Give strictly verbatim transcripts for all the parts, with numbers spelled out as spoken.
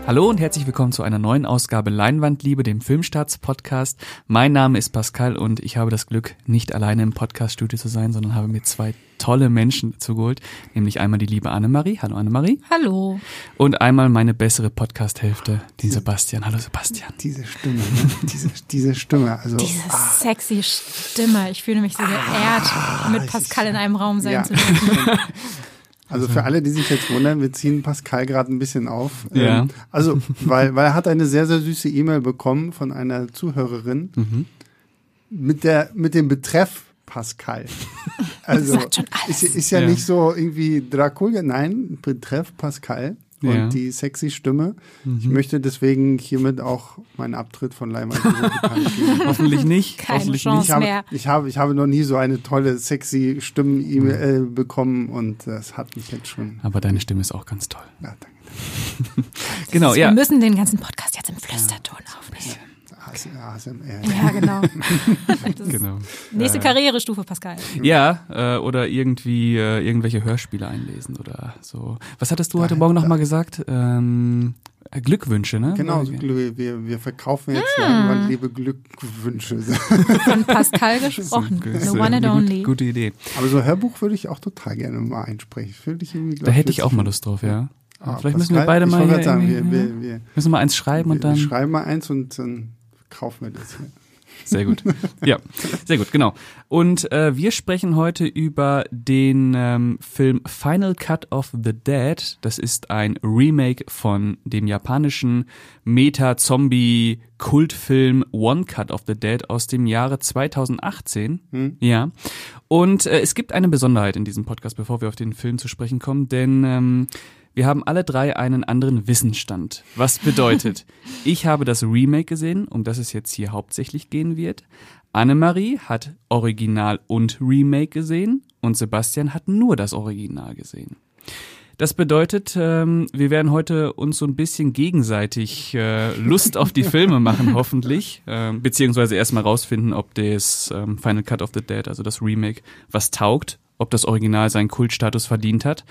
Hallo und herzlich willkommen zu einer neuen Ausgabe Leinwandliebe, dem Filmstarts-Podcast. Mein Name ist Pascal und ich habe das Glück, nicht alleine im Podcast-Studio zu sein, sondern habe mir zwei tolle Menschen dazu geholt, nämlich einmal die liebe Annemarie. Hallo Annemarie. Hallo. Und einmal meine bessere Podcast-Hälfte, den Sebastian. Hallo Sebastian. Diese Stimme, ne? diese, diese Stimme. Also, Diese ah. sexy Stimme. Ich fühle mich so geehrt, ah, mit Pascal in einem Raum sein ja. zu dürfen. Also für alle, die sich jetzt wundern, wir ziehen Pascal gerade ein bisschen auf. Ja. Ähm, also, weil, weil er hat eine sehr, sehr süße E-Mail bekommen von einer Zuhörerin Mhm. mit der, mit dem Betreff Pascal. Also, Das sagt schon alles. ist, ist ja, Ja. nicht so irgendwie Dracula, nein, Betreff Pascal und Ja. die sexy Stimme. Mhm. Ich möchte deswegen hiermit auch meinen Abtritt von Leinwandliebe bekannt geben. Hoffentlich nicht. Keine Hoffentlich Chance. Ich habe, mehr. ich, habe, ich habe noch nie so eine tolle, sexy Stimmen-E-Mail äh, bekommen und das hat mich jetzt schon. nicht. Aber deine Stimme ist auch ganz toll. Ja, danke. Genau, Wir ja. müssen den ganzen Podcast jetzt im Flüsterton aufnehmen. A S M R. Ja, genau. Das ist Genau. nächste Karrierestufe, Pascal. Ja, äh, oder irgendwie äh, irgendwelche Hörspiele einlesen oder so. Was hattest du heute Morgen nochmal gesagt? Ähm, Glückwünsche, ne? Genau, Oder so, wie? wir, wir verkaufen jetzt Hm. Leinwandliebe Glückwünsche. Von Pascal gesprochen. Das ist, The äh, one and eine only. Gut, gute Idee. Aber so ein Hörbuch würde ich auch total gerne mal einsprechen. Fühl dich irgendwie, glaub Da hätte ich auch witzig. mal Lust drauf, ja. Ah, Vielleicht müssen Pascal, wir beide ich mal wollte hier gerade sagen, irgendwie- wir, wir, wir, Müssen wir mal eins schreiben und wir, wir dann. schreiben mal eins und dann kaufen wir das hier. Sehr gut. Ja, sehr gut, genau. Und äh, wir sprechen heute über den ähm, Film Final Cut of the Dead. Das ist ein Remake von dem japanischen Meta-Zombie-Kultfilm One Cut of the Dead aus dem Jahre zweitausendachtzehn. Hm? Ja. Und äh, es gibt eine Besonderheit in diesem Podcast, bevor wir auf den Film zu sprechen kommen, denn ähm, wir haben alle drei einen anderen Wissensstand. Was bedeutet, ich habe das Remake gesehen, um das es jetzt hier hauptsächlich gehen wird. Annemarie hat Original und Remake gesehen und Sebastian hat nur das Original gesehen. Das bedeutet, ähm, wir werden heute uns so ein bisschen gegenseitig äh, Lust auf die Filme machen, hoffentlich. Ähm, beziehungsweise erstmal rausfinden, ob das ähm, Final Cut of the Dead, also das Remake, was taugt, ob das Original seinen Kultstatus verdient hat.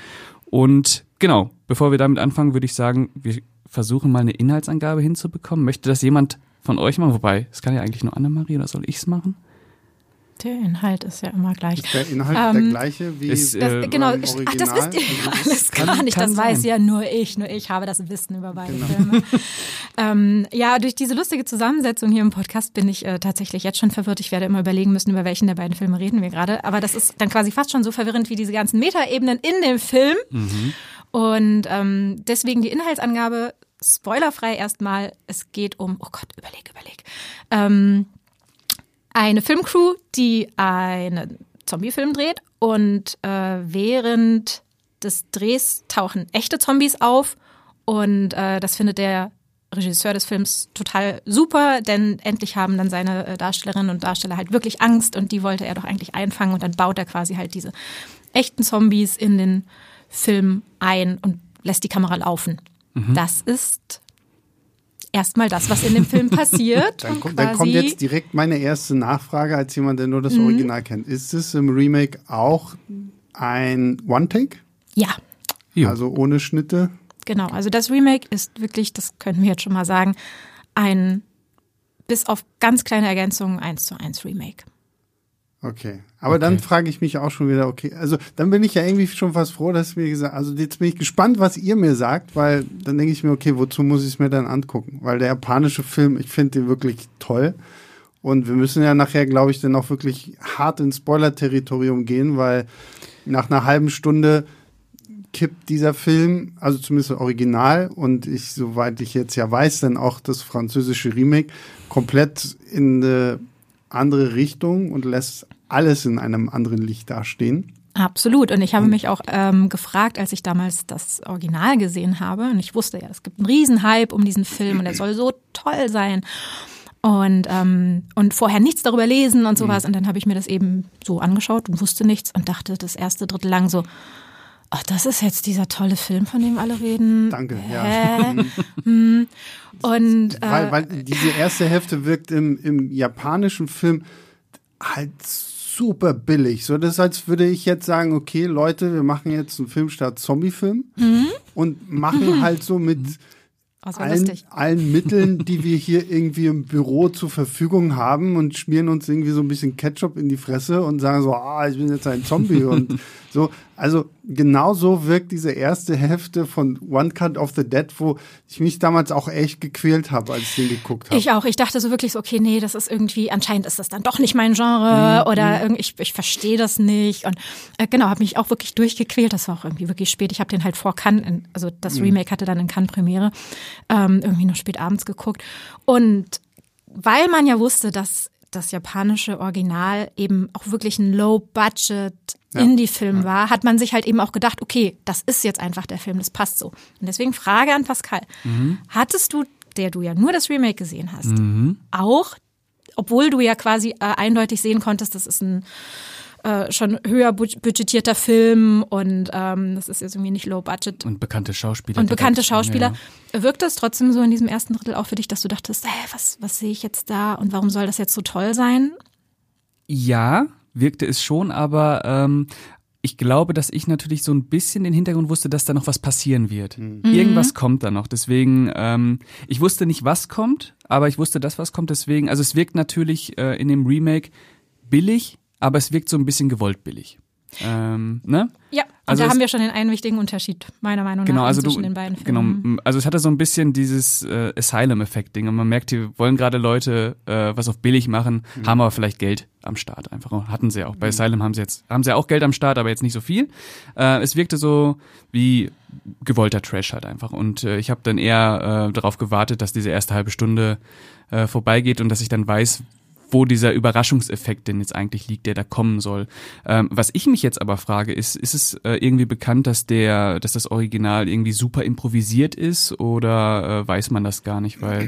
Und genau, bevor wir damit anfangen, würde ich sagen, wir versuchen mal eine Inhaltsangabe hinzubekommen. Möchte das jemand von euch machen? Wobei, es kann ja eigentlich nur Annemarie, oder soll ich es machen? Der Inhalt ist ja immer gleich. Ist der Inhalt Ähm, der gleiche wie ist, Das, äh, genau, beim ach, Original? das wisst ihr Also das alles kann- gar nicht. kann Das weiß sein. ja nur ich. Nur ich habe das Wissen über beide Genau. Filme. ähm, ja, durch diese lustige Zusammensetzung hier im Podcast bin ich äh, tatsächlich jetzt schon verwirrt. Ich werde immer überlegen müssen, über welchen der beiden Filme reden wir gerade. Aber das ist dann quasi fast schon so verwirrend wie diese ganzen Metaebenen in dem Film. Mhm. Und ähm, deswegen die Inhaltsangabe, spoilerfrei erstmal, es geht um, oh Gott, überleg, überleg, ähm, eine Filmcrew, die einen Zombiefilm dreht und äh, während des Drehs tauchen echte Zombies auf und äh, das findet der Regisseur des Films total super, denn endlich haben dann seine äh, Darstellerinnen und Darsteller halt wirklich Angst und die wollte er doch eigentlich einfangen und dann baut er quasi halt diese echten Zombies in den Film ein und lässt die Kamera laufen. Mhm. Das ist erstmal das, was in dem Film passiert. Dann, und kommt, dann quasi, kommt jetzt direkt meine erste Nachfrage als jemand, der nur das Mhm. Original kennt. Ist es im Remake auch ein One-Take? Ja, Jo. Also ohne Schnitte? genau. Also das Remake ist wirklich, das können wir jetzt schon mal sagen, ein bis auf ganz kleine Ergänzungen eins zu eins Remake. Okay. Aber dann frage ich mich auch schon wieder, okay, also dann bin ich ja irgendwie schon fast froh, dass mir gesagt, also jetzt bin ich gespannt, was ihr mir sagt, weil dann denke ich mir, okay, wozu muss ich es mir dann angucken? Weil der japanische Film, ich finde den wirklich toll. Und wir müssen ja nachher, glaube ich, dann auch wirklich hart ins Spoiler-Territorium gehen, weil nach einer halben Stunde kippt dieser Film, also zumindest das Original und ich, soweit ich jetzt ja weiß, dann auch das französische Remake, komplett in eine andere Richtung und lässt alles in einem anderen Licht dastehen. Absolut. Und ich habe mich auch ähm, gefragt, als ich damals das Original gesehen habe, und ich wusste ja, es gibt einen Riesenhype um diesen Film und er soll so toll sein. Und, ähm, und vorher nichts darüber lesen und sowas. Und dann habe ich mir das eben so angeschaut und wusste nichts und dachte das erste Drittel lang so, ach, das ist jetzt dieser tolle Film, von dem alle reden. Danke, ja. Hä? Hm. Und äh, Weil, weil diese erste Hälfte wirkt im, im japanischen Film halt super billig. So, das ist, als würde ich jetzt sagen, okay, Leute, wir machen jetzt einen Filmstart Zombie-Film Mhm. und machen halt so mit Das war allen, lustig. allen Mitteln, die wir hier irgendwie im Büro zur Verfügung haben und schmieren uns irgendwie so ein bisschen Ketchup in die Fresse und sagen so, ah, ich bin jetzt ein Zombie und so. Also genau so wirkt diese erste Hälfte von One Cut of the Dead, wo ich mich damals auch echt gequält habe, als ich den geguckt habe. Ich auch. Ich dachte so wirklich so, okay, nee, das ist irgendwie, anscheinend ist das dann doch nicht mein Genre mhm. oder irgendwie, ich, ich verstehe das nicht. Und äh, genau, habe mich auch wirklich durchgequält. Das war auch irgendwie wirklich spät. Ich habe den halt vor Cannes, in, also das mhm. Remake hatte dann in Cannes Premiere, ähm, irgendwie noch spät abends geguckt. Und weil man ja wusste, dass das japanische Original eben auch wirklich ein Low-Budget ja. Indie-Film ja. war, hat man sich halt eben auch gedacht, okay, das ist jetzt einfach der Film, das passt so. Und deswegen Frage an Pascal. Mhm. Hattest du, der du ja nur das Remake gesehen hast, mhm. auch, obwohl du ja quasi äh, eindeutig sehen konntest, das ist ein äh, schon höher budgetierter Film und ähm, das ist jetzt irgendwie nicht Low Budget. Und bekannte Schauspieler. Und bekannte Schauspieler. Ja. Wirkt es trotzdem so in diesem ersten Drittel auch für dich, dass du dachtest, hä, was, was sehe ich jetzt da und warum soll das jetzt so toll sein? Ja, wirkte es schon, aber ähm, ich glaube, dass ich natürlich so ein bisschen den Hintergrund wusste, dass da noch was passieren wird. Mhm. Irgendwas kommt da noch. Deswegen, ähm, ich wusste nicht, was kommt, aber ich wusste, dass was kommt. Deswegen, also es wirkt natürlich äh, in dem Remake billig, aber es wirkt so ein bisschen gewollt billig. Ähm, ne? Ja, und also da haben wir schon den einen wichtigen Unterschied, meiner Meinung nach, genau, also zwischen du, den beiden Filmen. Genau, also es hatte so ein bisschen dieses äh, Asylum-Effekt-Ding und man merkt, die wollen gerade Leute äh, was auf billig machen, mhm. haben aber vielleicht Geld am Start einfach. Hatten sie auch. Bei mhm. Asylum haben sie jetzt, haben sie auch Geld am Start, aber jetzt nicht so viel. Äh, es wirkte so wie gewollter Trash halt einfach und äh, ich habe dann eher äh, darauf gewartet, dass diese erste halbe Stunde äh, vorbeigeht und dass ich dann weiß, wo dieser Überraschungseffekt denn jetzt eigentlich liegt, der da kommen soll. Ähm, was ich mich jetzt aber frage, ist, ist es äh, irgendwie bekannt, dass der, dass das Original irgendwie super improvisiert ist oder äh, weiß man das gar nicht, weil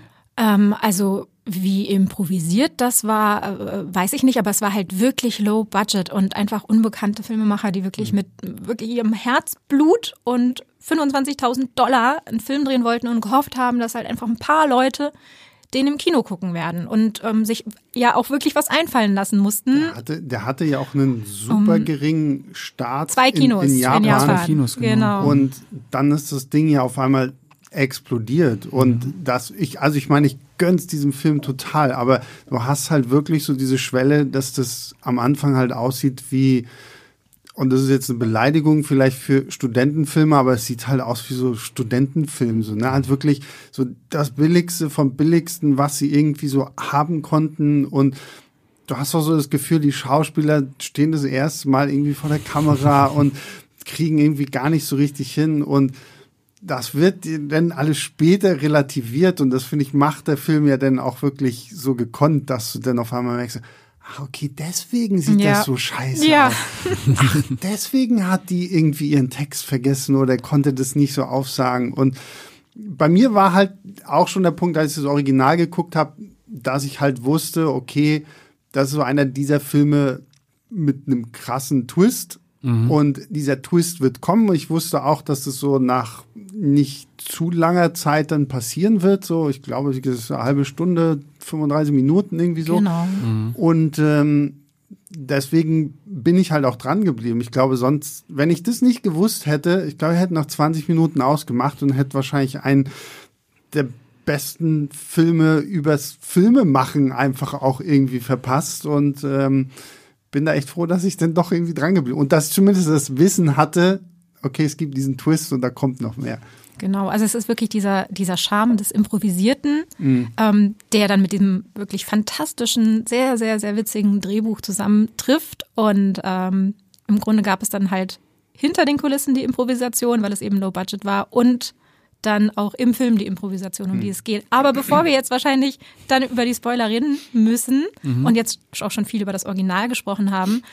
ähm, also wie improvisiert das war, äh, weiß ich nicht, aber es war halt wirklich low budget und einfach unbekannte Filmemacher, die wirklich mit wirklich ihrem Herzblut und fünfundzwanzigtausend Dollar einen Film drehen wollten und gehofft haben, dass halt einfach ein paar Leute den im Kino gucken werden und ähm, sich ja auch wirklich was einfallen lassen mussten. Der hatte, der hatte ja auch einen super um, geringen Start zwei Kinos in, in Japan. In Japan. Kinos, genau. genau. Und dann ist das Ding ja auf einmal explodiert. Und mhm. das, ich, also ich meine, ich gönn's diesem Film total, aber du hast halt wirklich so diese Schwelle, dass das am Anfang halt aussieht wie, und das ist jetzt eine Beleidigung vielleicht für Studentenfilme, aber es sieht halt aus wie so Studentenfilm, so, ne, halt wirklich so das Billigste vom Billigsten, was sie irgendwie so haben konnten und du hast auch so das Gefühl, die Schauspieler stehen das erste Mal irgendwie vor der Kamera und kriegen irgendwie gar nicht so richtig hin und das wird dann alles später relativiert und das, finde ich, macht der Film ja dann auch wirklich so gekonnt, dass du dann auf einmal merkst, ach, okay, deswegen sieht ja. das so scheiße ja. aus. Ach, deswegen hat die irgendwie ihren Text vergessen oder konnte das nicht so aufsagen. Und bei mir war halt auch schon der Punkt, als ich das Original geguckt habe, dass ich halt wusste, okay, das ist so einer dieser Filme mit einem krassen Twist. Mhm. Und dieser Twist wird kommen. Ich wusste auch, dass das so nach nicht zu langer Zeit dann passieren wird. So, ich glaube, es ist eine halbe Stunde, fünfunddreißig Minuten irgendwie so. Genau. Mhm. Und ähm, deswegen bin ich halt auch dran geblieben. Ich glaube, sonst, wenn ich das nicht gewusst hätte, ich glaube, ich hätte nach zwanzig Minuten ausgemacht und hätte wahrscheinlich einen der besten Filme übers Filmemachen einfach auch irgendwie verpasst. Und ähm, bin da echt froh, dass ich dann doch irgendwie dran geblieben bin. Und dass ich zumindest das Wissen hatte, okay, es gibt diesen Twist und da kommt noch mehr. Genau, also es ist wirklich dieser, dieser Charme des Improvisierten, mhm. ähm, der dann mit diesem wirklich fantastischen, sehr, sehr, sehr witzigen Drehbuch zusammentrifft. Und ähm, im Grunde gab es dann halt hinter den Kulissen die Improvisation, weil es eben low budget war und dann auch im Film die Improvisation, um die es geht. Aber bevor wir jetzt wahrscheinlich dann über die Spoiler reden müssen mhm. und jetzt auch schon viel über das Original gesprochen haben.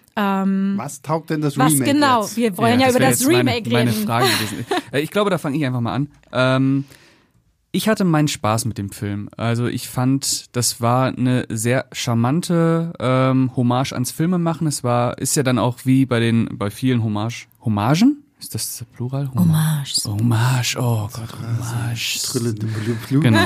Ähm, was taugt denn das was Remake genau? jetzt? Wir wollen ja, ja über das Remake meine, reden. Meine Frage gewesen. Ich glaube, da fange ich einfach mal an. Ähm, ich hatte meinen Spaß mit dem Film. Also ich fand, das war eine sehr charmante ähm, Hommage ans Filmemachen. Es war, ist ja dann auch wie bei den, bei vielen Hommage, Hommagen? Ist das Plural? Hommage. Hommage, oh Gott, Hommage. Genau. Genau.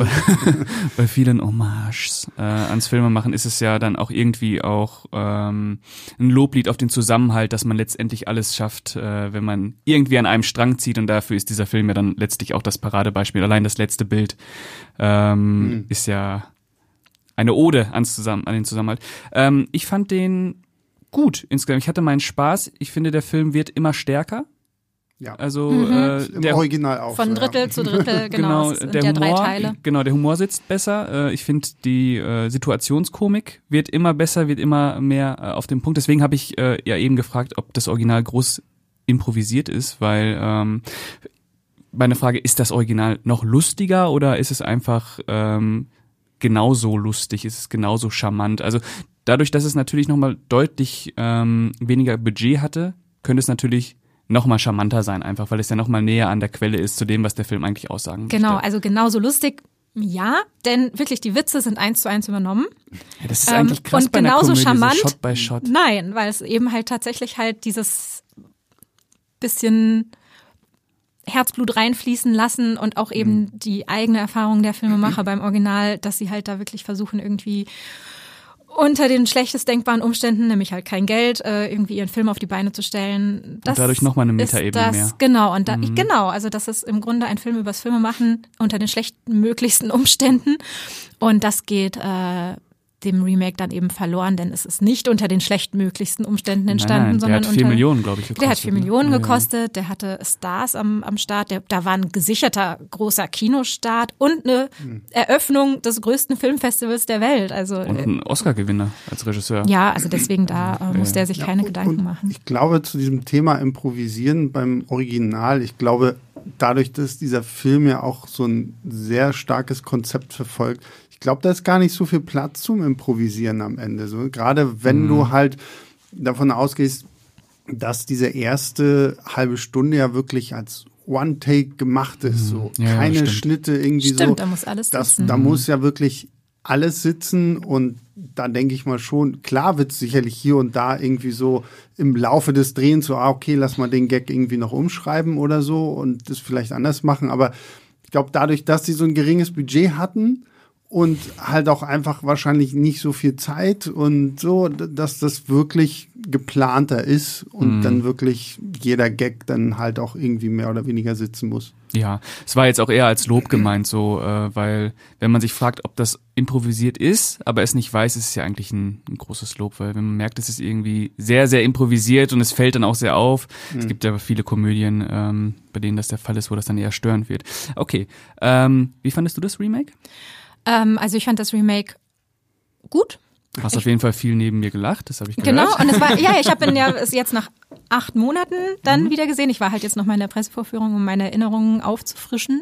Bei vielen Hommages äh, ans Filmemachen ist es ja dann auch irgendwie auch ähm, ein Loblied auf den Zusammenhalt, dass man letztendlich alles schafft, äh, wenn man irgendwie an einem Strang zieht, und dafür ist dieser Film ja dann letztlich auch das Paradebeispiel. Allein das letzte Bild ähm, mhm. ist ja eine Ode ans Zusammen- an den Zusammenhalt. Ähm, ich fand den gut insgesamt. Ich hatte meinen Spaß. Ich finde, der Film wird immer stärker. Ja. Also mhm. äh, Im der Original auch. Von so, Drittel ja. zu Drittel, genau. genau es der ja Humor, drei Teile. genau, der Humor sitzt besser. Äh, ich finde, die äh, Situationskomik wird immer besser, wird immer mehr äh, auf den Punkt. Deswegen habe ich äh, ja eben gefragt, ob das Original groß improvisiert ist, weil ähm, meine Frage, ist das Original noch lustiger oder ist es einfach ähm, genauso lustig, ist es genauso charmant? Also dadurch, dass es natürlich nochmal deutlich ähm, weniger Budget hatte, könnte es natürlich nochmal charmanter sein, einfach, weil es ja nochmal näher an der Quelle ist zu dem, was der Film eigentlich aussagen Genau, möchte. also genauso lustig, ja, denn wirklich die Witze sind eins zu eins übernommen. Ja, das ist eigentlich krass und bei einer genauso Komödie, charmant, so Shot by Shot. Nein, weil es eben halt tatsächlich halt dieses bisschen Herzblut reinfließen lassen und auch eben mhm. die eigene Erfahrung der Filmemacher beim Original, dass sie halt da wirklich versuchen, irgendwie unter den schlechtest denkbaren Umständen, nämlich halt kein Geld, äh, irgendwie ihren Film auf die Beine zu stellen. Das und dadurch nochmal eine Metaebene mehr. Genau, und da, mhm. genau, also das ist im Grunde ein Film übers Filmemachen unter den schlechtmöglichsten Umständen, und das geht äh, dem Remake dann eben verloren, denn es ist nicht unter den schlechtmöglichsten Umständen entstanden, nein, nein, sondern der hat vier unter, Millionen, glaube ich, gekostet. Der hat vier Millionen ne? gekostet, der hatte Stars am, am Start, der, da war ein gesicherter großer Kinostart und eine mhm. Eröffnung des größten Filmfestivals der Welt. Also, und ein Oscar-Gewinner als Regisseur. Ja, also deswegen, da äh, musste er sich ja, keine und, Gedanken und machen. Ich glaube, zu diesem Thema Improvisieren beim Original, ich glaube, dadurch, dass dieser Film ja auch so ein sehr starkes Konzept verfolgt, ich glaube, da ist gar nicht so viel Platz zum Improvisieren am Ende. So, gerade wenn mhm. du halt davon ausgehst, dass diese erste halbe Stunde ja wirklich als One-Take gemacht ist. So ja, keine stimmt. Schnitte irgendwie stimmt, so. Da muss alles das, sitzen. Da muss ja wirklich alles sitzen, und da denke ich mal schon, klar wird es sicherlich hier und da irgendwie so im Laufe des Drehens so, ah, okay, lass mal den Gag irgendwie noch umschreiben oder so und das vielleicht anders machen. Aber ich glaube, dadurch, dass sie so ein geringes Budget hatten und halt auch einfach wahrscheinlich nicht so viel Zeit und so, dass das wirklich geplanter ist und mm. dann wirklich jeder Gag dann halt auch irgendwie mehr oder weniger sitzen muss. Ja, es war jetzt auch eher als Lob gemeint, so, äh, weil wenn man sich fragt, ob das improvisiert ist, aber es nicht weiß, ist es ja eigentlich ein, ein großes Lob, weil wenn man merkt, es ist irgendwie sehr, sehr improvisiert und es fällt dann auch sehr auf. Mhm. Es gibt ja viele Komödien, ähm, bei denen das der Fall ist, wo das dann eher störend wird. Okay, ähm, wie fandest du das Remake? Ähm, also ich fand das Remake gut. Du hast ich, auf jeden Fall viel neben mir gelacht, das habe ich gehört. Genau, und es war, ja, ich habe ihn ja jetzt nach acht Monaten dann mhm. wieder gesehen. Ich war halt jetzt noch mal in der Pressevorführung, um meine Erinnerungen aufzufrischen.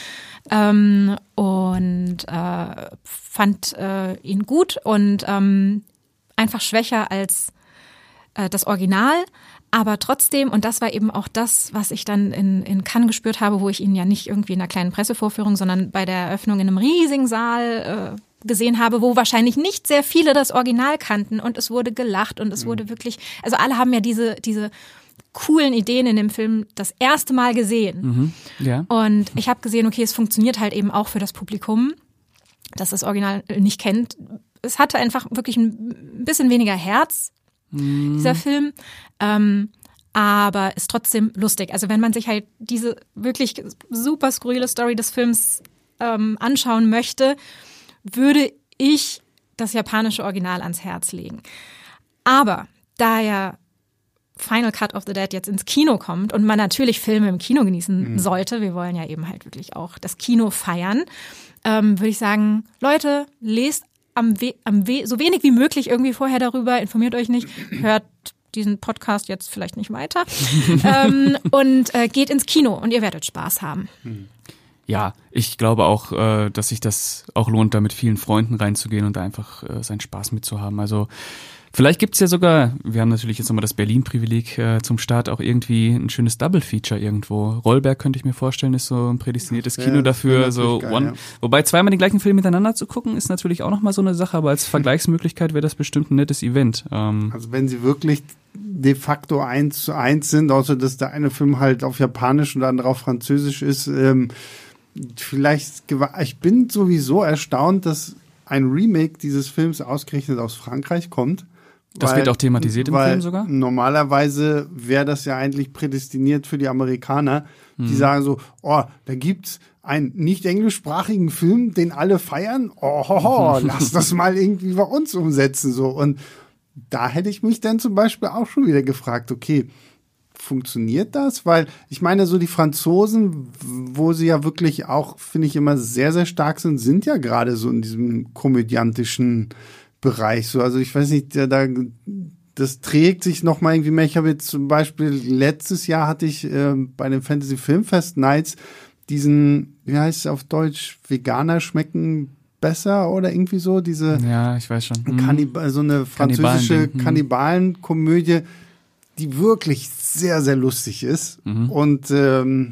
Ähm, und äh, fand äh, ihn gut und ähm, einfach schwächer als äh, das Original. Aber trotzdem, und das war eben auch das, was ich dann in, in Cannes gespürt habe, wo ich ihn ja nicht irgendwie in einer kleinen Pressevorführung, sondern bei der Eröffnung in einem riesigen Saal äh, gesehen habe, wo wahrscheinlich nicht sehr viele das Original kannten, und es wurde gelacht und es mhm. wurde wirklich, also alle haben ja diese, diese coolen Ideen in dem Film das erste Mal gesehen. Mhm. Ja. Und ich habe gesehen, okay, es funktioniert halt eben auch für das Publikum, das das Original nicht kennt. Es hatte einfach wirklich ein bisschen weniger Herz, dieser Film, ähm, aber ist trotzdem lustig. Also wenn man sich halt diese wirklich super skurrile Story des Films ähm, anschauen möchte, würde ich das japanische Original ans Herz legen. Aber da ja Final Cut of the Dead jetzt ins Kino kommt und man natürlich Filme im Kino genießen mhm. sollte, wir wollen ja eben halt wirklich auch das Kino feiern, ähm, würde ich sagen, Leute, lest Am we- am we- so wenig wie möglich irgendwie vorher darüber, informiert euch nicht, hört diesen Podcast jetzt vielleicht nicht weiter ähm, und äh, geht ins Kino und ihr werdet Spaß haben. Ja, ich glaube auch, äh, dass sich das auch lohnt, da mit vielen Freunden reinzugehen und da einfach äh, seinen Spaß mitzuhaben. Also vielleicht gibt's ja sogar, wir haben natürlich jetzt nochmal das Berlin-Privileg äh, zum Start, auch irgendwie ein schönes Double-Feature irgendwo. Rollberg könnte ich mir vorstellen, ist so ein prädestiniertes Kino ja, dafür. So geil, one, ja. Wobei zweimal den gleichen Film miteinander zu gucken, ist natürlich auch nochmal so eine Sache, aber als Vergleichsmöglichkeit wäre das bestimmt ein nettes Event. Ähm, also wenn sie wirklich de facto eins zu eins sind, außer dass der eine Film halt auf Japanisch und der andere auf Französisch ist. Ähm, vielleicht, ich bin sowieso erstaunt, dass ein Remake dieses Films ausgerechnet aus Frankreich kommt. Das weil, wird auch thematisiert im weil Film sogar? Normalerweise wäre das ja eigentlich prädestiniert für die Amerikaner, die hm. sagen so, oh, da gibt's einen nicht englischsprachigen Film, den alle feiern. Oh, ho, ho, lass das mal irgendwie bei uns umsetzen. So. Und da hätte ich mich dann zum Beispiel auch schon wieder gefragt, okay, funktioniert das? Weil ich meine, so die Franzosen, wo sie ja wirklich auch, finde ich, immer sehr, sehr stark sind, sind ja gerade so in diesem komödiantischen Bereich. So, also ich weiß nicht, da, das trägt sich noch mal irgendwie mehr. Ich habe jetzt zum Beispiel letztes Jahr hatte ich äh, bei den Fantasy Filmfest Nights diesen, wie heißt es auf Deutsch, Veganer schmecken besser oder irgendwie so, diese ja, ich weiß schon. Mhm. Kannibal, so eine französische Kannibalen-Ding. Kannibalenkomödie, die wirklich sehr, sehr lustig ist. Mhm. Und ähm,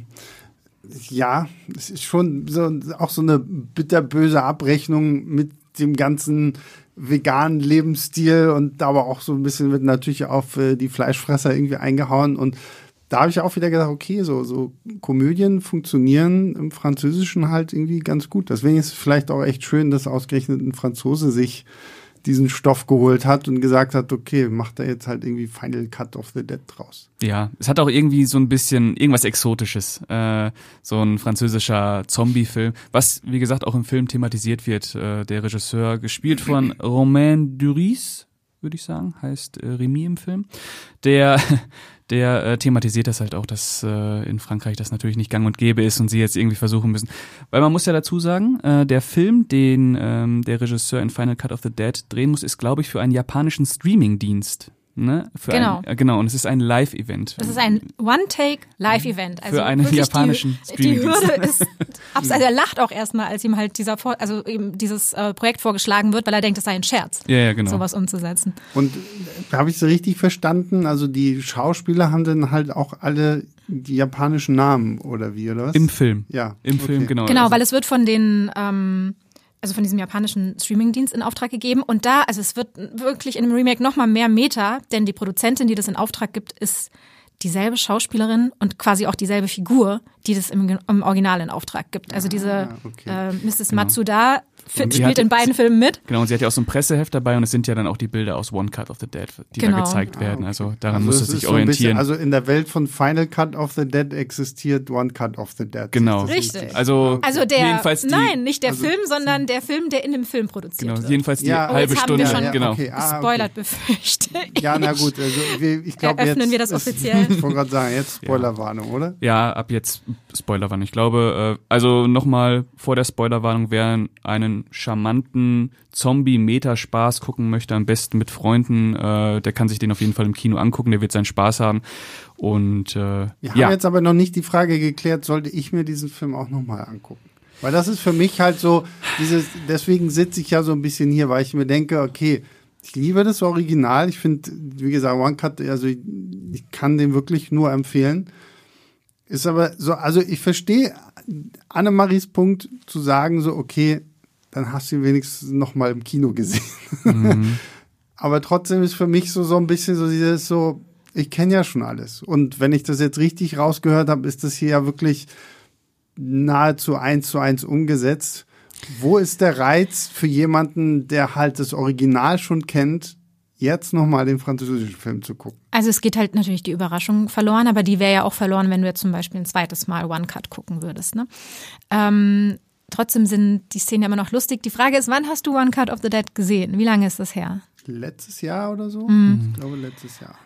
ja, es ist schon so, auch so eine bitterböse Abrechnung mit dem ganzen veganen Lebensstil und aber auch so ein bisschen wird natürlich auf äh, die Fleischfresser irgendwie eingehauen. Und da habe ich auch wieder gedacht, okay, so, so Komödien funktionieren im Französischen halt irgendwie ganz gut. Deswegen ist es vielleicht auch echt schön, dass ausgerechnet ein Franzose sich diesen Stoff geholt hat und gesagt hat, okay, macht da jetzt halt irgendwie Final Cut of the Dead draus. Ja, es hat auch irgendwie so ein bisschen irgendwas Exotisches, äh, so ein französischer Zombie-Film, was, wie gesagt, auch im Film thematisiert wird. Äh, der Regisseur, gespielt von Romain Duris, würde ich sagen, heißt äh, Remy im Film, der der äh, thematisiert das halt auch, dass äh, in Frankreich das natürlich nicht gang und gäbe ist und sie jetzt irgendwie versuchen müssen. Weil man muss ja dazu sagen, äh, der Film, den ähm, der Regisseur in Final Cut of the Dead drehen muss, ist, glaube ich, für einen japanischen Streaming-Dienst. Ne? Für genau. Ein, äh, genau, und es ist ein Live-Event. Das ist ein One-Take-Live-Event. Also für einen japanischen die, die Streaming-Dienst. Hürde ist abs- also er lacht auch erstmal, als ihm halt dieser Vor- also ihm dieses äh, Projekt vorgeschlagen wird, weil er denkt, es sei ein Scherz, ja, ja, genau. sowas umzusetzen. Und äh, habe ich es richtig verstanden? Also die Schauspieler haben dann halt auch alle die japanischen Namen oder wie, oder was? Im Film. Ja. Im okay. Film, genau. Genau, Also, weil es wird von den ähm, also von diesem japanischen Streamingdienst in Auftrag gegeben. Und da, also es wird wirklich in dem Remake noch mal mehr Meta, denn die Produzentin, die das in Auftrag gibt, ist dieselbe Schauspielerin und quasi auch dieselbe Figur, die das im, im Original in Auftrag gibt. Also diese Ah, okay. äh, Misses Genau. Matsuda f- Und sie spielt hat- in beiden Filmen mit. Genau, und sie hat ja auch so ein Presseheft dabei und es sind ja dann auch die Bilder aus One Cut of the Dead, die Genau. da gezeigt werden. Also daran Also muss es es sich ist so ein bisschen- orientieren. Also in der Welt von Final Cut of the Dead existiert One Cut of the Dead. Genau. Ist das Richtig. Also, Also der, jedenfalls die, nein, nicht der also- Film, sondern der Film, der in dem Film produziert genau, wird. jedenfalls die Ja, Oh, halbe jetzt haben Stunde, wir schon- genau. okay. Ah, Gespoilert, befürchte ich. Ja, na gut, also wir, ich glaube Eröffnen jetzt wir das ist- offiziell? Ich wollte gerade sagen, jetzt Spoilerwarnung, oder? Ja, ab jetzt Spoilerwarnung. Ich glaube, äh, also nochmal vor der Spoilerwarnung, wer einen charmanten Zombie-Meta-Spaß gucken möchte, am besten mit Freunden, äh, der kann sich den auf jeden Fall im Kino angucken, der wird seinen Spaß haben. Und äh, Wir haben ja, jetzt aber noch nicht die Frage geklärt, sollte ich mir diesen Film auch nochmal angucken? Weil das ist für mich halt so, dieses, deswegen sitze ich ja so ein bisschen hier, weil ich mir denke, okay, ich liebe das Original. Ich finde, wie gesagt, One Cut, also ich, ich kann den wirklich nur empfehlen. Ist aber so, also ich verstehe Annemaries Punkt zu sagen, so, okay, dann hast du ihn wenigstens noch mal im Kino gesehen. Mhm. Aber trotzdem ist für mich so, so ein bisschen so dieses so, ich kenne ja schon alles. Und wenn ich das jetzt richtig rausgehört habe, ist das hier ja wirklich nahezu eins zu eins umgesetzt. Wo ist der Reiz für jemanden, der halt das Original schon kennt, jetzt nochmal den französischen Film zu gucken? Also es geht halt natürlich die Überraschung verloren, aber die wäre ja auch verloren, wenn du jetzt zum Beispiel ein zweites Mal One Cut gucken würdest. Ne? Ähm, trotzdem sind die Szenen ja immer noch lustig. Die Frage ist, wann hast du One Cut of the Dead gesehen? Wie lange ist das her? Letztes Jahr oder so? Mhm. Ich glaube, letztes Jahr.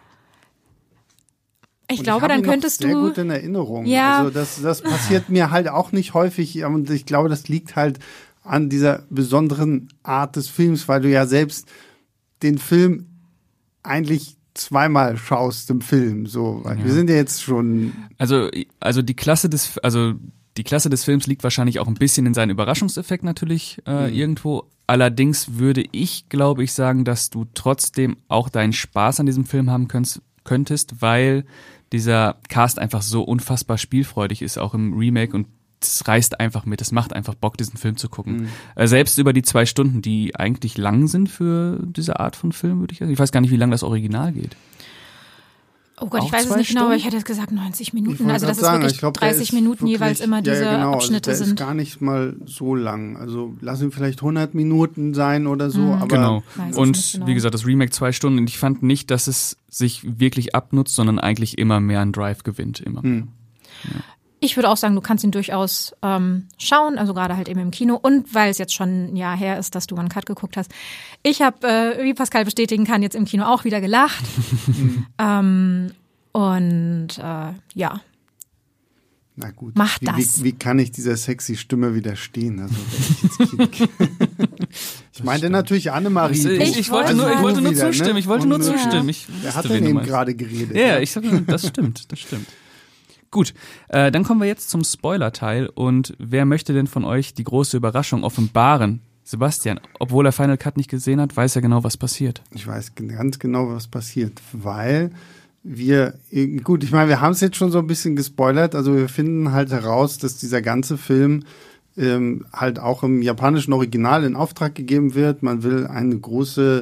Ich Und glaube, ich dann habe ihn könntest noch sehr du... gut in Erinnerung. Ja. Also das, das passiert mir halt auch nicht häufig und ich glaube, das liegt halt an dieser besonderen Art des Films, weil du ja selbst den Film eigentlich zweimal schaust im Film. So, weil Ja. wir sind ja jetzt schon. Also, also die Klasse des, also die Klasse des Films liegt wahrscheinlich auch ein bisschen in seinem Überraschungseffekt natürlich äh, Mhm. irgendwo. Allerdings würde ich, glaube ich, sagen, dass du trotzdem auch deinen Spaß an diesem Film haben könntest, könntest, weil dieser Cast einfach so unfassbar spielfreudig ist, auch im Remake, und es reißt einfach mit, es macht einfach Bock, diesen Film zu gucken. Mhm. Äh, selbst über die zwei Stunden, die eigentlich lang sind für diese Art von Film, würde ich sagen. Ich weiß gar nicht, wie lang das Original geht. Oh Gott, Auch ich weiß es zwei nicht genau, aber Stunden? ich hätte jetzt gesagt neunzig Ich Minuten. wollte Also dass grad es sagen, wirklich ich glaub, der dreißig ist Minuten wirklich, jeweils immer diese ja, genau, Abschnitte also der sind. ist gar nicht mal so lang. Also lass ihn vielleicht hundert Minuten sein oder so. Mhm. Aber Genau. Weiß es Und nicht genau. wie gesagt, das Remake zwei Stunden. Und ich fand nicht, dass es sich wirklich abnutzt, sondern eigentlich immer mehr an Drive gewinnt. Immer mehr. Hm. Ich würde auch sagen, du kannst ihn durchaus ähm, schauen, also gerade halt eben im Kino. Und weil es jetzt schon ein Jahr her ist, dass du One Cut geguckt hast. Ich habe, äh, wie Pascal bestätigen kann, jetzt im Kino auch wieder gelacht. ähm, und äh, ja, Na gut. Mach wie, das. Wie, wie kann ich dieser sexy Stimme widerstehen? Also, wenn ich ins Kino gehe. Ich meinte natürlich Annemarie. Ich, du. ich, ich wollte Also nur, ich du wollte nur wieder, ne? zustimmen. Ich wollte nur Und, äh, zustimmen. Ich Wer hat wusste, denn wen du eben meinst. gerade geredet? Ja, ja, ich sag, das stimmt, das stimmt. Gut, äh, dann kommen wir jetzt zum Spoiler-Teil. Und wer möchte denn von euch die große Überraschung offenbaren? Sebastian, obwohl er Final Cut nicht gesehen hat, weiß er genau, was passiert. Ich weiß ganz genau, was passiert, weil wir, gut, ich meine, wir haben es jetzt schon so ein bisschen gespoilert, also wir finden halt heraus, dass dieser ganze Film ähm, halt auch im japanischen Original in Auftrag gegeben wird. Man will eine große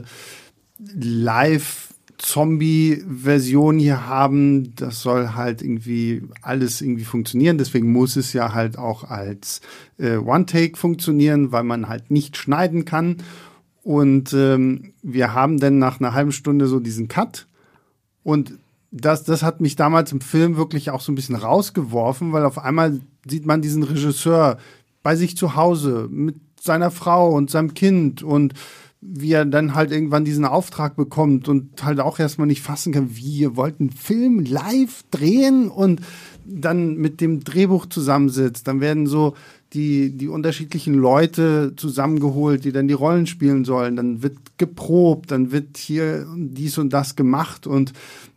Live-Zombie-Version hier haben. Das soll halt irgendwie alles irgendwie funktionieren. Deswegen muss es ja halt auch als äh, One-Take funktionieren, weil man halt nicht schneiden kann. Und ähm, wir haben dann nach einer halben Stunde so diesen Cut. Und das, das hat mich damals im Film wirklich auch so ein bisschen rausgeworfen, weil auf einmal sieht man diesen Regisseur bei sich zu Hause mit seiner Frau und seinem Kind und wie er dann halt irgendwann diesen Auftrag bekommt und halt auch erstmal nicht fassen kann, wie, ihr wollt einen Film live drehen und dann mit dem Drehbuch zusammensitzt. Dann werden so die, die unterschiedlichen Leute zusammengeholt, die dann die Rollen spielen sollen. Dann wird geprobt, dann wird hier dies und das gemacht und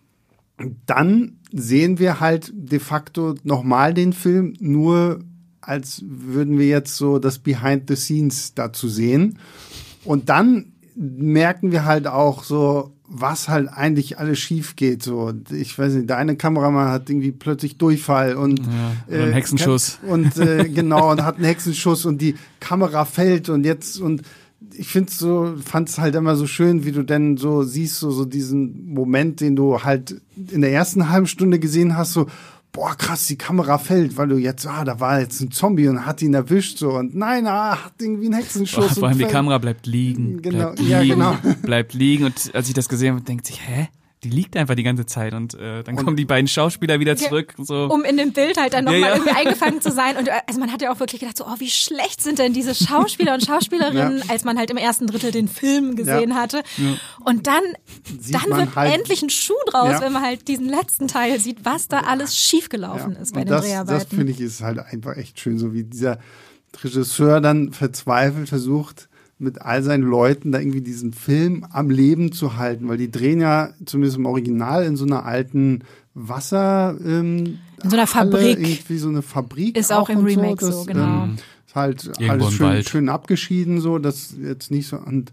dann sehen wir halt de facto nochmal den Film, nur als würden wir jetzt so das Behind the Scenes dazu sehen. Und dann merken wir halt auch so, was halt eigentlich alles schief geht. So, ich weiß nicht, der eine Kameramann hat irgendwie plötzlich Durchfall und Ja, oder einen Hexenschuss. Und äh, genau, und hat einen Hexenschuss und die Kamera fällt und jetzt und ich finde so, fand es halt immer so schön, wie du denn so siehst, so, so diesen Moment, den du halt in der ersten halben Stunde gesehen hast, so, boah, krass, die Kamera fällt, weil du jetzt, ah, da war jetzt ein Zombie und hat ihn erwischt, so, und nein, ah, hat irgendwie einen Hexenschuss. Oh, vor allem die fällt. Kamera bleibt liegen, Genau, bleibt ja, liegen, genau. bleibt liegen. Und als ich das gesehen habe, denkt sich, hä? Die liegt einfach die ganze Zeit und äh, dann Und- kommen die beiden Schauspieler wieder zurück. So. Um in dem Bild halt dann nochmal Ja, ja. irgendwie eingefangen zu sein. Und äh, also man hat ja auch wirklich gedacht, so, oh, wie schlecht sind denn diese Schauspieler und Schauspielerinnen, Ja. als man halt im ersten Drittel den Film gesehen Ja. hatte. Und dann, Sieht dann man wird halt- endlich ein Schuh draus, Ja. wenn man halt diesen letzten Teil sieht, was da alles schiefgelaufen ist bei und den das, Dreharbeiten. das finde ich ist halt einfach echt schön, so wie dieser Regisseur dann verzweifelt versucht, mit all seinen Leuten da irgendwie diesen Film am Leben zu halten, weil die drehen ja zumindest im Original in so einer alten Wasser ähm, In so einer Halle, Fabrik. irgendwie so eine Fabrik Ist auch im und Remake das, so, genau. ähm, ist halt Irgendwo alles im schön, Wald. schön abgeschieden, so, das jetzt nicht so und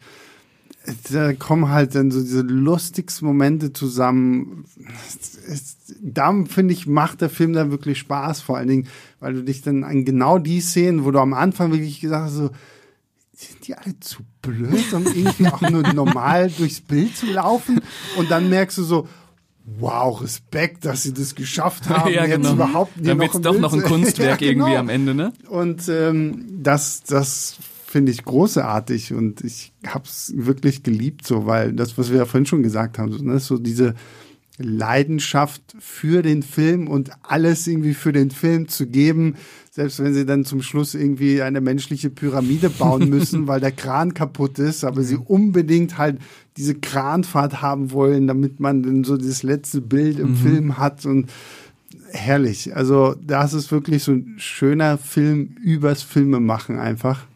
da kommen halt dann so diese lustigsten Momente zusammen. Es, es, da, finde ich, macht der Film dann wirklich Spaß, vor allen Dingen, weil du dich dann an genau die Szenen, wo du am Anfang wirklich gesagt hast, so, sind die alle zu blöd, um irgendwie auch nur normal durchs Bild zu laufen? Und dann merkst du so, wow, Respekt, dass sie das geschafft haben. Ja, jetzt genau. überhaupt hier Dann noch wird's im doch Bild noch ein zu- Kunstwerk Ja, genau. irgendwie am Ende, ne? Und ähm, das, das finde ich großartig und ich habe es wirklich geliebt, so, weil das, was wir ja vorhin schon gesagt haben, so, ne, so diese Leidenschaft für den Film und alles irgendwie für den Film zu geben, selbst wenn sie dann zum Schluss irgendwie eine menschliche Pyramide bauen müssen, weil der Kran kaputt ist, aber sie unbedingt halt diese Kranfahrt haben wollen, damit man dann so dieses letzte Bild im Mhm. Film hat und herrlich. Also das ist wirklich so ein schöner Film übers Filmemachen einfach,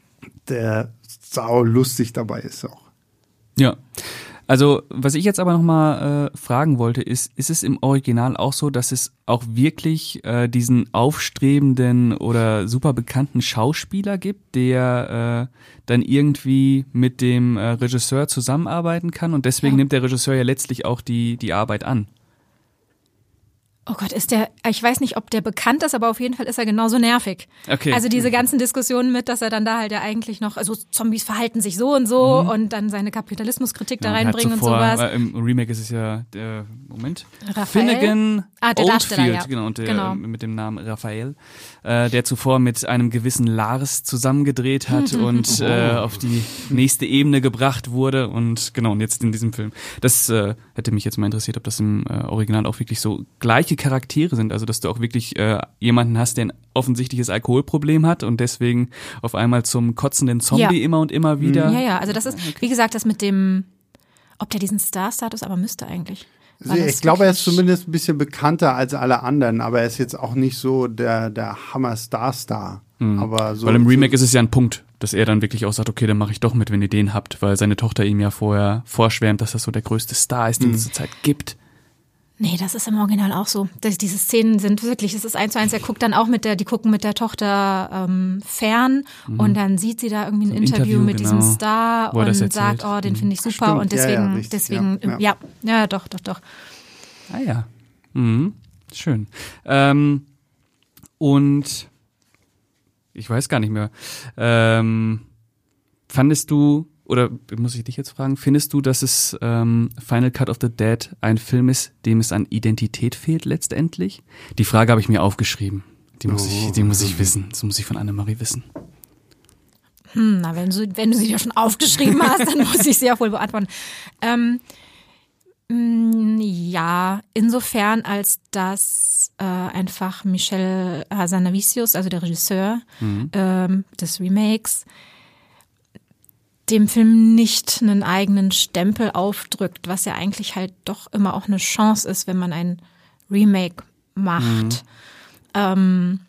der sau lustig dabei ist auch. Ja. Also, was ich jetzt aber nochmal äh, fragen wollte, ist, ist es im Original auch so, dass es auch wirklich äh, diesen aufstrebenden oder super bekannten Schauspieler gibt, der äh, dann irgendwie mit dem äh, Regisseur zusammenarbeiten kann und deswegen Ja. nimmt der Regisseur ja letztlich auch die, die Arbeit an? Oh Gott, ist der, ich weiß nicht, ob der bekannt ist, aber auf jeden Fall ist er genauso nervig. Okay. Also diese ganzen Diskussionen mit, dass er dann da halt ja eigentlich noch, also Zombies verhalten sich so und so Mhm. und dann seine Kapitalismuskritik Ja, da und reinbringen hat zuvor, und sowas. Äh, Im Remake ist es ja der, Moment, Raphael? Finnegan Ah, der Darsteller, Oldfield, ja. genau, und der, Genau. äh, mit dem Namen Raphael, äh, der zuvor mit einem gewissen Lars zusammengedreht hat und äh, auf die nächste Ebene gebracht wurde und genau, und jetzt in diesem Film. Das äh, hätte mich jetzt mal interessiert, ob das im äh, Original auch wirklich so gleiche Charaktere sind, also dass du auch wirklich äh, jemanden hast, der ein offensichtliches Alkoholproblem hat und deswegen auf einmal zum kotzenden Zombie Ja. immer und immer wieder. Ja, ja, also das ist, wie gesagt, das mit dem, ob der diesen Star-Status, aber müsste eigentlich. War Also das ich glaube, er ist wirklich- zumindest ein bisschen bekannter als alle anderen, aber er ist jetzt auch nicht so der, der Hammer-Star-Star. Aber so, Weil im Remake ist es ja ein Punkt, dass er dann wirklich auch sagt, okay, dann mache ich doch mit, wenn ihr den habt, weil seine Tochter ihm ja vorher vorschwärmt, dass das so der größte Star ist, den es zurzeit gibt. Nee, das ist im Original auch so. Das, diese Szenen sind wirklich, es ist eins zu eins, er guckt dann auch mit der, die gucken mit der Tochter ähm, fern und dann sieht sie da irgendwie ein, So ein Interview, Interview, mit diesem genau, Star wo er das und sagt, erzählt. oh, den finde ich super Stimmt, und ja, ja, deswegen, richtig, deswegen, ja, ja, ja, ja, doch, doch, doch. Ah ja. Mhm. Schön. Ähm, und ich weiß gar nicht mehr. Ähm, fandest du, oder muss ich dich jetzt fragen, findest du, dass es ähm, Final Cut of the Dead ein Film ist, dem es an Identität fehlt letztendlich? Die Frage habe ich mir aufgeschrieben. Die muss ich, die muss ich wissen. Das muss ich von Annemarie wissen. Hm, na, wenn du, wenn du sie ja schon aufgeschrieben hast, dann muss ich sie ja wohl beantworten. Ähm, mh, ja, insofern, als dass äh, einfach Michel Hazanavicius, also der Regisseur Mhm. ähm, des Remakes, dem Film nicht einen eigenen Stempel aufdrückt, was ja eigentlich halt doch immer auch eine Chance ist, wenn man ein Remake macht. Ähm,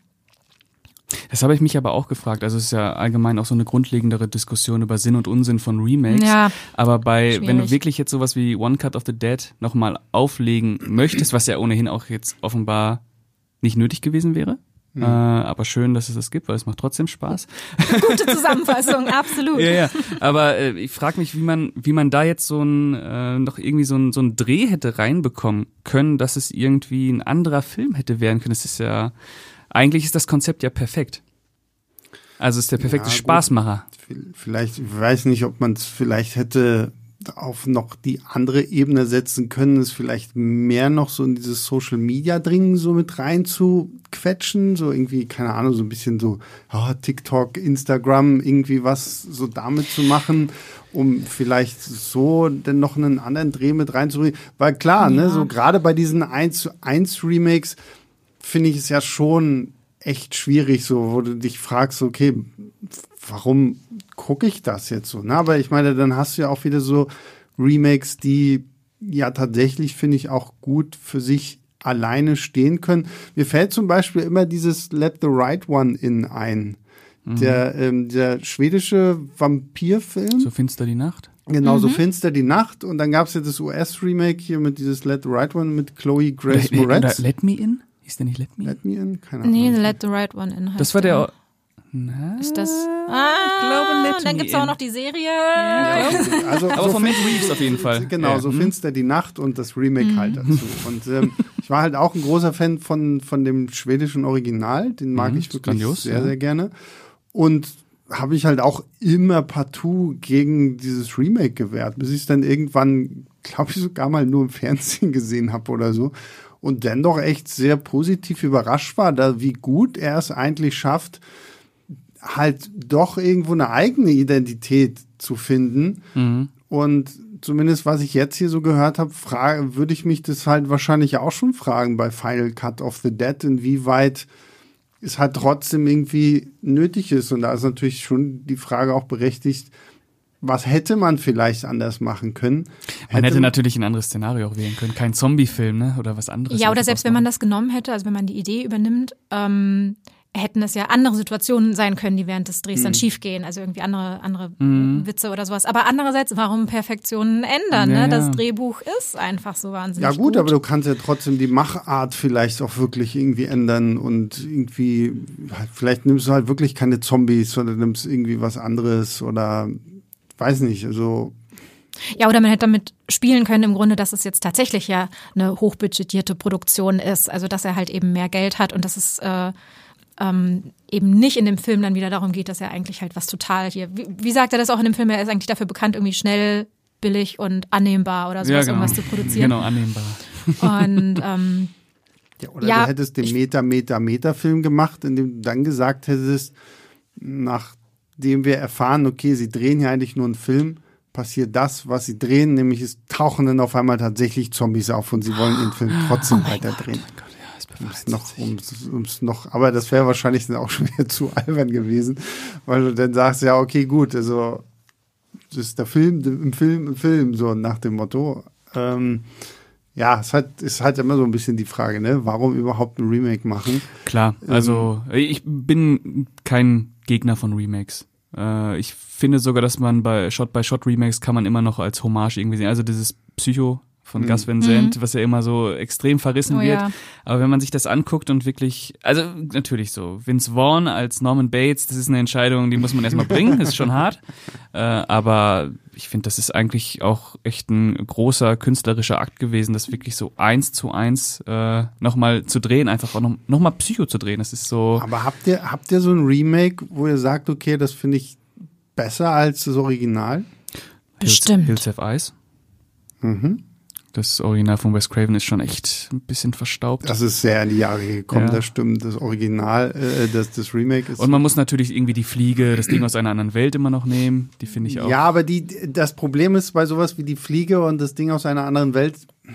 Das habe ich mich aber auch gefragt. Also es ist ja allgemein auch so eine grundlegendere Diskussion über Sinn und Unsinn von Remakes. Ja, aber bei, wenn du schwierig. wirklich jetzt sowas wie One Cut of the Dead nochmal auflegen möchtest, was ja ohnehin auch jetzt offenbar nicht nötig gewesen wäre, äh, aber schön, dass es das gibt, weil es macht trotzdem Spaß. gute Zusammenfassung, absolut. Ja, ja. Aber äh, ich frage mich, wie man, wie man da jetzt so ein, äh, noch irgendwie so ein, so ein Dreh hätte reinbekommen können, dass es irgendwie ein anderer Film hätte werden können. Es ist ja, eigentlich ist das Konzept ja perfekt. Also es ist der perfekte Ja, gut. Spaßmacher. vielleicht, ich weiß nicht, ob man es vielleicht hätte auf noch die andere Ebene setzen können, es vielleicht mehr noch so in dieses Social Media Ding so mit rein zu quetschen, so irgendwie, keine Ahnung, so ein bisschen so oh, TikTok, Instagram, irgendwie was so damit zu machen, um vielleicht so dann noch einen anderen Dreh mit reinzubringen. Weil klar, Ja. ne, so gerade bei diesen eins zu eins Remakes finde ich es ja schon echt schwierig, so, wo du dich fragst, okay, warum gucke ich das jetzt so? Ne? Aber ich meine, dann hast du ja auch wieder so Remakes, die ja tatsächlich, finde ich, auch gut für sich alleine stehen können. Mir fällt zum Beispiel immer dieses Let the Right One In ein. Der, ähm, der schwedische Vampirfilm. So finster die Nacht. Genau, so finster die Nacht. Und dann gab es ja das U S-Remake hier mit dieses Let the Right One mit Chloe Grace Oder, oder Moretz. Let Me In? Hieß der nicht Let Me In? Let Me In? Keine Ahnung. Nee, Let the Right One In. heißt Das war der. der. Na, Ist das? Ah, ich glaube, Let dann Me gibt's auch In. noch die Serie. Also, Aber so von Matt Reeves auf jeden Fall. Genau, Ja. so Mhm. finster die Nacht und das Remake halt dazu. Und ähm, ich war halt auch ein großer Fan von, von dem schwedischen Original. Den mag Mhm, ich ist wirklich grandios, sehr, ja. sehr gerne. Und habe ich halt auch immer partout gegen dieses Remake gewehrt, bis ich es dann irgendwann, glaube ich, sogar mal nur im Fernsehen gesehen habe oder so. Und dann doch echt sehr positiv überrascht war, da wie gut er es eigentlich schafft, halt doch irgendwo eine eigene Identität zu finden. Mhm. Und zumindest, was ich jetzt hier so gehört habe, frage, würde ich mich das halt wahrscheinlich auch schon fragen bei Final Cut of the Dead, inwieweit es halt trotzdem irgendwie nötig ist. Und da ist natürlich schon die Frage auch berechtigt, was hätte man vielleicht anders machen können? Man hätte natürlich ein anderes Szenario auch wählen können. Kein Zombie-Film, ne? Oder was anderes. Ja, oder selbst wenn man das genommen hätte, also wenn man die Idee übernimmt, ähm, hätten es ja andere Situationen sein können, die während des Drehs dann schiefgehen. Also irgendwie andere, andere Mhm. Witze oder sowas. Aber andererseits, warum Perfektionen ändern? Ja, Ne? ja. Das Drehbuch ist einfach so wahnsinnig Ja gut, aber du kannst ja trotzdem die Machart vielleicht auch wirklich irgendwie ändern und irgendwie, vielleicht nimmst du halt wirklich keine Zombies oder nimmst irgendwie was anderes oder weiß nicht, also Ja, oder man hätte damit spielen können im Grunde, dass es jetzt tatsächlich ja eine hochbudgetierte Produktion ist. Also dass er halt eben mehr Geld hat und dass es äh, ähm, eben nicht in dem Film dann wieder darum geht, dass er eigentlich halt was total hier, wie, wie sagt er das auch in dem Film, er ist eigentlich dafür bekannt, irgendwie schnell, billig und annehmbar oder sowas, ja, genau. irgendwas zu produzieren. Genau, annehmbar. Und ähm, ja, oder ja, du hättest den Meter, Meter, Meter-Film gemacht, in dem du dann gesagt hättest, nachdem wir erfahren, okay, sie drehen ja eigentlich nur einen Film, passiert das, was sie drehen, nämlich es tauchen dann auf einmal tatsächlich Zombies auf und sie wollen den Film trotzdem oh weiter drehen. Oh Gott, ja, es um's noch, um's, um's noch, aber das wäre wahrscheinlich dann auch schon wieder zu albern gewesen, weil du dann sagst, ja, okay, gut, also das ist der Film, im Film, im Film, so nach dem Motto. Ähm, ja, es hat, ist halt immer so ein bisschen die Frage, ne? Warum überhaupt ein Remake machen? Klar, also ähm, ich bin kein Gegner von Remakes. Äh, ich finde sogar, dass man bei Shot-by-Shot-Remakes kann man immer noch als Hommage irgendwie sehen. Also dieses Psycho von mhm. Gus Van Sant, mhm. was ja immer so extrem verrissen oh, wird. Ja. Aber wenn man sich das anguckt und wirklich, also natürlich so, Vince Vaughn als Norman Bates, das ist eine Entscheidung, die muss man erstmal bringen, ist schon hart. Äh, aber ich finde, das ist eigentlich auch echt ein großer künstlerischer Akt gewesen, das wirklich so eins zu eins äh, nochmal zu drehen, einfach auch noch, noch mal Psycho zu drehen. Das ist so. Aber habt ihr, habt ihr so ein Remake, wo ihr sagt, okay, das finde ich besser als das Original? Bestimmt. Hills, Hills Have Eyes. Mhm. Das Original von Wes Craven ist schon echt ein bisschen verstaubt. Das ist sehr in die Jahre gekommen, ja. Das stimmt. Das Original, äh, das, das Remake ist. Und man muss natürlich irgendwie die Fliege, das Ding aus einer anderen Welt immer noch nehmen. Die finde ich auch. Ja, aber die, das Problem ist bei sowas wie die Fliege und das Ding aus einer anderen Welt,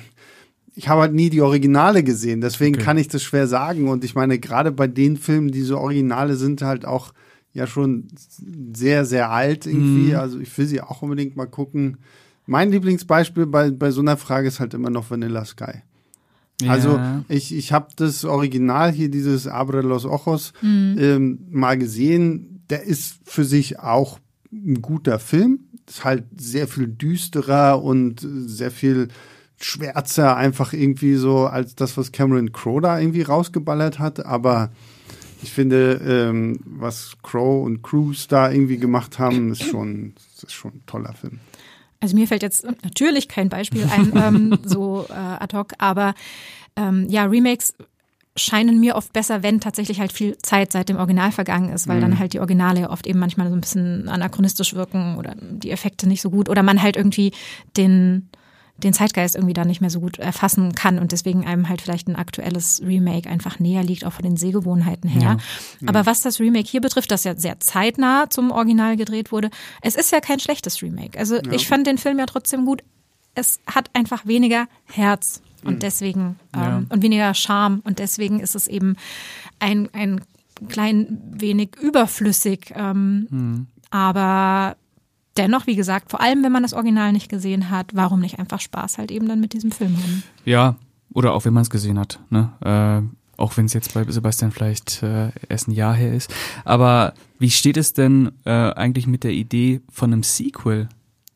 ich habe halt nie die Originale gesehen, deswegen okay. kann ich das schwer sagen. Und ich meine, gerade bei den Filmen, die so Originale sind, halt auch ja schon sehr, sehr alt irgendwie. Mhm. Also ich will sie auch unbedingt mal gucken. Mein Lieblingsbeispiel bei, bei so einer Frage ist halt immer noch Vanilla Sky. Ja. Also ich, ich habe das Original hier, dieses Abre los Ojos, mhm. ähm, mal gesehen. Der ist für sich auch ein guter Film. Ist halt sehr viel düsterer und sehr viel schwärzer einfach irgendwie so als das, was Cameron Crowe da irgendwie rausgeballert hat. Aber ich finde, ähm, was Crowe und Cruise da irgendwie gemacht haben, ist schon, ist schon ein toller Film. Also mir fällt jetzt natürlich kein Beispiel ein, ähm, so äh, ad hoc, aber ähm, ja, Remakes scheinen mir oft besser, wenn tatsächlich halt viel Zeit seit dem Original vergangen ist, weil mhm. dann halt die Originale ja oft eben manchmal so ein bisschen anachronistisch wirken oder die Effekte nicht so gut oder man halt irgendwie den den Zeitgeist irgendwie da nicht mehr so gut erfassen kann und deswegen einem halt vielleicht ein aktuelles Remake einfach näher liegt, auch von den Sehgewohnheiten her. Ja. Aber was das Remake hier betrifft, das ja sehr zeitnah zum Original gedreht wurde, es ist ja kein schlechtes Remake. Also ja. ich fand den Film ja trotzdem gut. Es hat einfach weniger Herz und deswegen ähm, ja. und weniger Charme und deswegen ist es eben ein, ein klein wenig überflüssig. Ähm, mhm. Aber dennoch, wie gesagt, vor allem, wenn man das Original nicht gesehen hat, warum nicht einfach Spaß halt eben dann mit diesem Film haben? Ja, oder auch wenn man es gesehen hat, ne? Äh, auch wenn es jetzt bei Sebastian vielleicht äh, erst ein Jahr her ist. Aber wie steht es denn äh, eigentlich mit der Idee von einem Sequel?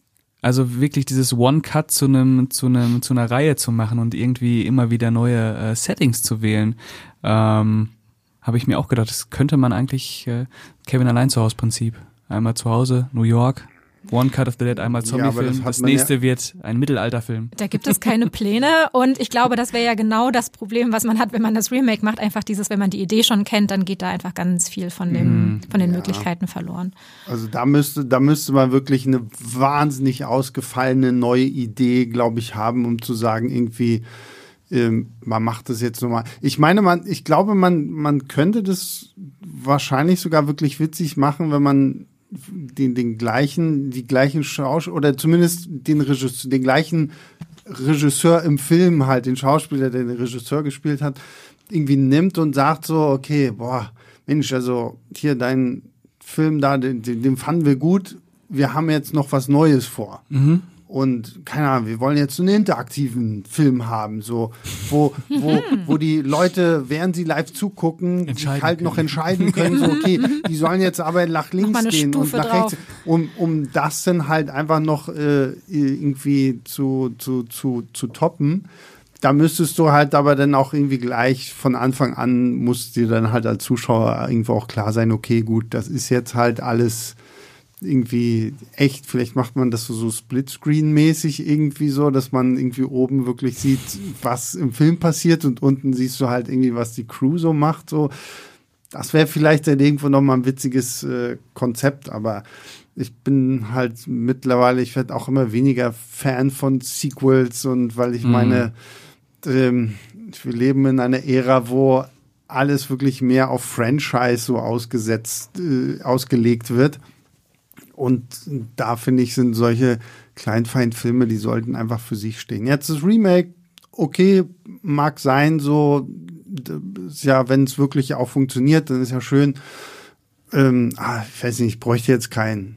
Also wirklich dieses One-Cut zu einem zu einem zu einer Reihe zu machen und irgendwie immer wieder neue äh, Settings zu wählen, ähm, habe ich mir auch gedacht, das könnte man eigentlich äh, Kevin allein zu Hause Prinzip. Einmal zu Hause, New York. One Cut of the Dead, einmal Zombie-Film. Ja, das, das nächste ja wird ein Mittelalterfilm. Da gibt es keine Pläne und ich glaube, das wäre ja genau das Problem, was man hat, wenn man das Remake macht. Einfach dieses, wenn man die Idee schon kennt, dann geht da einfach ganz viel von, dem, mhm. von den ja. Möglichkeiten verloren. Also da müsste, da müsste man wirklich eine wahnsinnig ausgefallene neue Idee, glaube ich, haben, um zu sagen, irgendwie, ähm, man macht das jetzt nochmal. Ich meine, man, ich glaube, man, man könnte das wahrscheinlich sogar wirklich witzig machen, wenn man den, den gleichen, die gleichen Schauspieler oder zumindest den Regisseur, den gleichen Regisseur im Film halt, den Schauspieler, der den Regisseur gespielt hat, irgendwie nimmt und sagt so, okay, boah, Mensch, also hier dein Film da, den, den fanden wir gut, wir haben jetzt noch was Neues vor. Mhm. Und keine Ahnung, wir wollen jetzt einen interaktiven Film haben, so wo wo wo die Leute, während sie live zugucken, halt noch entscheiden können, so okay, die sollen jetzt aber nach links gehen Stufe und nach drauf. rechts, um um das dann halt einfach noch äh, irgendwie zu zu zu zu toppen. Da müsstest du halt aber dann auch irgendwie gleich von Anfang an, muss dir dann halt als Zuschauer irgendwo auch klar sein, okay, gut, das ist jetzt halt alles irgendwie echt, vielleicht macht man das so, so Splitscreen-mäßig irgendwie so, dass man irgendwie oben wirklich sieht, was im Film passiert und unten siehst du halt irgendwie, was die Crew so macht, so. Das wäre vielleicht dann irgendwo nochmal ein witziges äh, Konzept, aber ich bin halt mittlerweile, ich werde auch immer weniger Fan von Sequels und weil ich mhm. meine, ähm, wir leben in einer Ära, wo alles wirklich mehr auf Franchise so ausgesetzt, äh, ausgelegt wird. Und da finde ich, sind solche Kleinfeindfilme, die sollten einfach für sich stehen. Jetzt das Remake, okay, mag sein, so, ja, wenn es wirklich auch funktioniert, dann ist ja schön. Ähm, ah, ich weiß nicht, ich bräuchte jetzt kein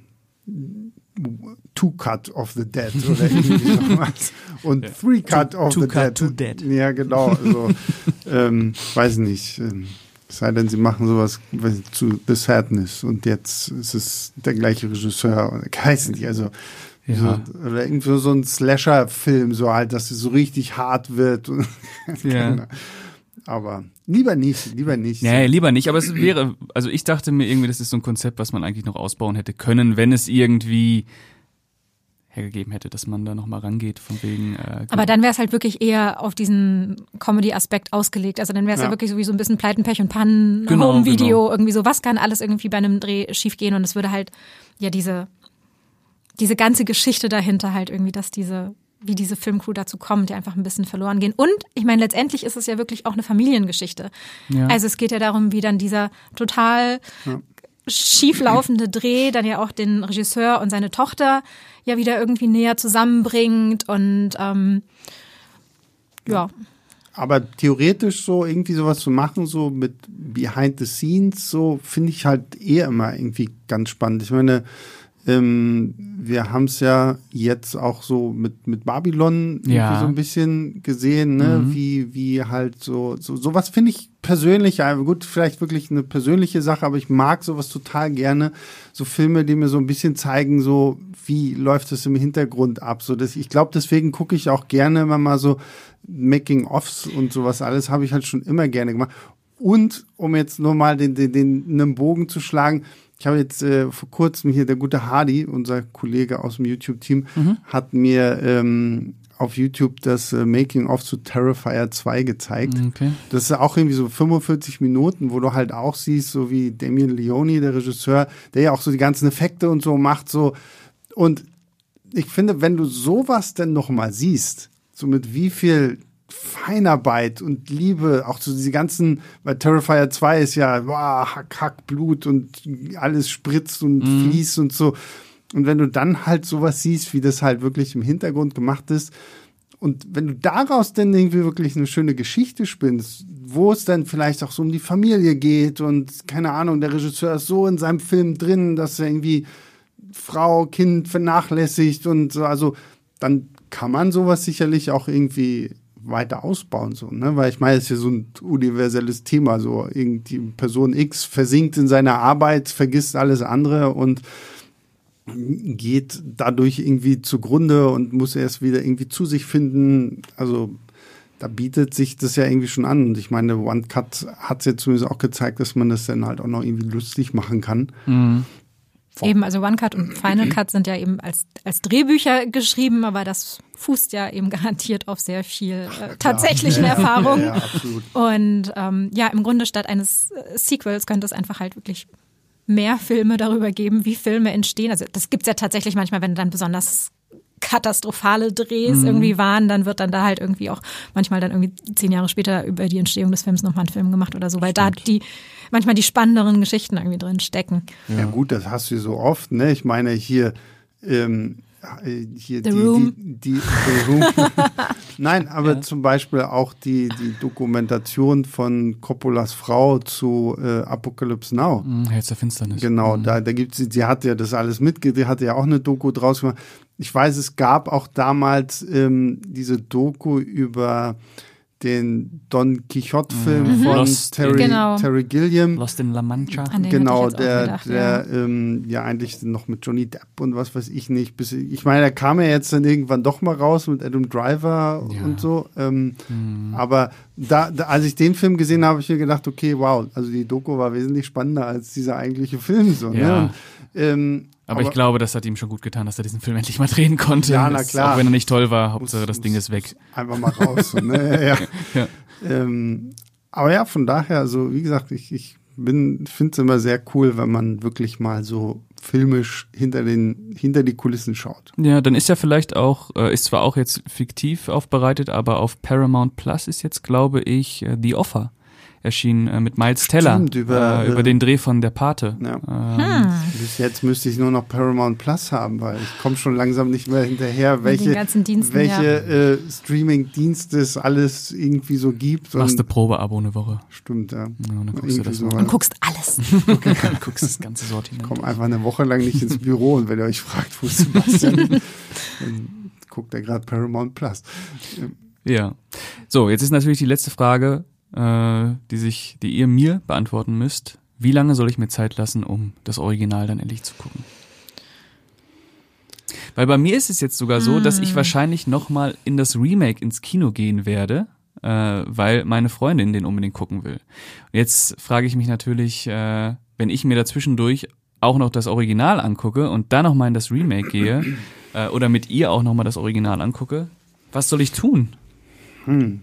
Two-Cut of the Dead oder irgendwie sowas. Und Three-Cut of the Dead. Two Dead. Ja, genau. Also, ähm, weiß nicht. Ähm, es sei denn, sie machen sowas zu The Sadness und jetzt ist es der gleiche Regisseur. Ich weiß nicht, also ja. so, oder irgendwie so ein Slasher-Film, so halt, dass es so richtig hart wird. Ja. Aber lieber nicht, lieber nicht. Nee, lieber nicht, aber es wäre, also ich dachte mir irgendwie, das ist so ein Konzept, was man eigentlich noch ausbauen hätte können, wenn es irgendwie hergegeben hätte, dass man da nochmal rangeht, von wegen. Äh, aber dann wäre es halt wirklich eher auf diesen Comedy-Aspekt ausgelegt. Also dann wäre es ja. ja wirklich so wie so ein bisschen Pleiten, Pech und Pannen, genau, Home-Video, genau. irgendwie so, was kann alles irgendwie bei einem Dreh schiefgehen und es würde halt, ja, diese, diese ganze Geschichte dahinter halt irgendwie, dass diese, wie diese Filmcrew dazu kommt, ja einfach ein bisschen verloren gehen. Und ich meine, letztendlich ist es ja wirklich auch eine Familiengeschichte. Ja. Also es geht ja darum, wie dann dieser total ja. schieflaufende Dreh dann ja auch den Regisseur und seine Tochter ja wieder irgendwie näher zusammenbringt und ähm, ja. Aber theoretisch so irgendwie sowas zu machen, so mit Behind the Scenes, so finde ich halt eher immer irgendwie ganz spannend. Ich meine, ähm, wir haben es ja jetzt auch so mit mit Babylon irgendwie ja. so ein bisschen gesehen, ne, mhm. wie wie halt so so sowas finde ich persönlich, ja, gut, vielleicht wirklich eine persönliche Sache, aber ich mag sowas total gerne, so Filme, die mir so ein bisschen zeigen, so wie läuft es im Hintergrund ab, so dass ich glaube, deswegen gucke ich auch gerne immer mal so Making-ofs und sowas alles, habe ich halt schon immer gerne gemacht. Und um jetzt nur mal den den den einen Bogen zu schlagen, ich habe jetzt äh, vor kurzem hier, der gute Hardy, unser Kollege aus dem YouTube-Team, mhm. hat mir ähm, auf YouTube das äh, Making-of zu Terrifier zwei gezeigt. Okay. Das ist auch irgendwie so fünfundvierzig Minuten, wo du halt auch siehst, so wie Damien Leone, der Regisseur, der ja auch so die ganzen Effekte und so macht. so Und ich finde, wenn du sowas denn noch mal siehst, so mit wie viel Feinarbeit und Liebe, auch so diese ganzen, weil Terrifier zwei ist ja, boah, Hack, Hack, Blut und alles spritzt und mhm. fließt und so. Und wenn du dann halt sowas siehst, wie das halt wirklich im Hintergrund gemacht ist, und wenn du daraus dann irgendwie wirklich eine schöne Geschichte spinnst, wo es dann vielleicht auch so um die Familie geht und keine Ahnung, der Regisseur ist so in seinem Film drin, dass er irgendwie Frau, Kind vernachlässigt und so, also dann kann man sowas sicherlich auch irgendwie weiter ausbauen, so, ne, weil ich meine, es ist ja so ein universelles Thema, so irgendwie Person X versinkt in seiner Arbeit, vergisst alles andere und geht dadurch irgendwie zugrunde und muss erst wieder irgendwie zu sich finden, also da bietet sich das ja irgendwie schon an und ich meine, One Cut hat es ja zumindest auch gezeigt, dass man das dann halt auch noch irgendwie lustig machen kann. Mhm. Eben, also One Cut und Final Cut sind ja eben als, als Drehbücher geschrieben, aber das fußt ja eben garantiert auf sehr viel äh, tatsächlichen ja, Erfahrungen. Ja, absolut. Und ähm, ja, im Grunde statt eines äh, Sequels könnte es einfach halt wirklich mehr Filme darüber geben, wie Filme entstehen. Also das gibt's ja tatsächlich manchmal, wenn dann besonders katastrophale Drehs mhm. irgendwie waren, dann wird dann da halt irgendwie auch manchmal dann irgendwie zehn Jahre später über die Entstehung des Films nochmal ein Film gemacht oder so, weil Stimmt. da die manchmal die spannenderen Geschichten irgendwie drin stecken. Ja, ja gut, das hast du so oft, ne? Ich meine hier, ähm, hier The die, Room. Die, die, die Room. Nein, aber ja. zum Beispiel auch die, die Dokumentation von Coppolas Frau zu äh, Apocalypse Now. Herz der Finsternis. Genau, mhm. da, da gibt's, sie hat ja das alles mitgedreht, die hatte ja auch eine Doku draus gemacht. Ich weiß, es gab auch damals ähm, diese Doku über den Don Quixote-Film mhm. von Lost, Terry, genau. Terry Gilliam. Lost in La Mancha. An den Genau, hatte ich jetzt auch der, gedacht, der ja. Ähm, ja eigentlich noch mit Johnny Depp und was weiß ich nicht. Bis, ich meine, der kam ja jetzt dann irgendwann doch mal raus mit Adam Driver Ja. und so. Ähm, Mhm. Aber da, da, als ich den Film gesehen habe, habe ich mir gedacht, okay, wow, also die Doku war wesentlich spannender als dieser eigentliche Film. So, Ja. ne? Und, ähm, Aber, aber ich glaube, das hat ihm schon gut getan, dass er diesen Film endlich mal drehen konnte. Ja, na klar. Auch wenn er nicht toll war, Hauptsache muss, das Ding ist weg. Einfach mal raus. So, ne? ja. ja. Ähm, aber ja, von daher, also wie gesagt, ich, ich bin, finde es immer sehr cool, wenn man wirklich mal so filmisch hinter den hinter die Kulissen schaut. Ja, dann ist ja vielleicht auch, äh, ist zwar auch jetzt fiktiv aufbereitet, aber auf Paramount Plus ist jetzt, glaube ich, äh, The Offer erschienen äh, mit Miles Teller Stimmt, über, äh, über äh, den Dreh von Der Pate. Ja. Ähm, Hm. Bis jetzt müsste ich nur noch Paramount Plus haben, weil ich komme schon langsam nicht mehr hinterher, welche, den ganzen Diensten, welche ja. äh, Streaming-Dienste es alles irgendwie so gibt. Machst du Und Probeabo eine Woche. stimmt, ja. Ja, und dann guckst du Irgendwie das so. mal. Und guckst alles. Okay, dann guckst du das ganze Sortiment. Komm einfach eine Woche lang nicht ins Büro und wenn ihr euch fragt, wo ist Sebastian, dann guckt er gerade Paramount Plus. Ja. So, jetzt ist natürlich die letzte Frage, äh, die sich, die ihr mir beantworten müsst. Wie lange soll ich mir Zeit lassen, um das Original dann endlich zu gucken? Weil bei mir ist es jetzt sogar so, dass ich wahrscheinlich nochmal in das Remake ins Kino gehen werde, äh, weil meine Freundin den unbedingt gucken will. Und jetzt frage ich mich natürlich, äh, wenn ich mir dazwischendurch auch noch das Original angucke und dann nochmal in das Remake gehe äh, oder mit ihr auch nochmal das Original angucke, was soll ich tun? Hm.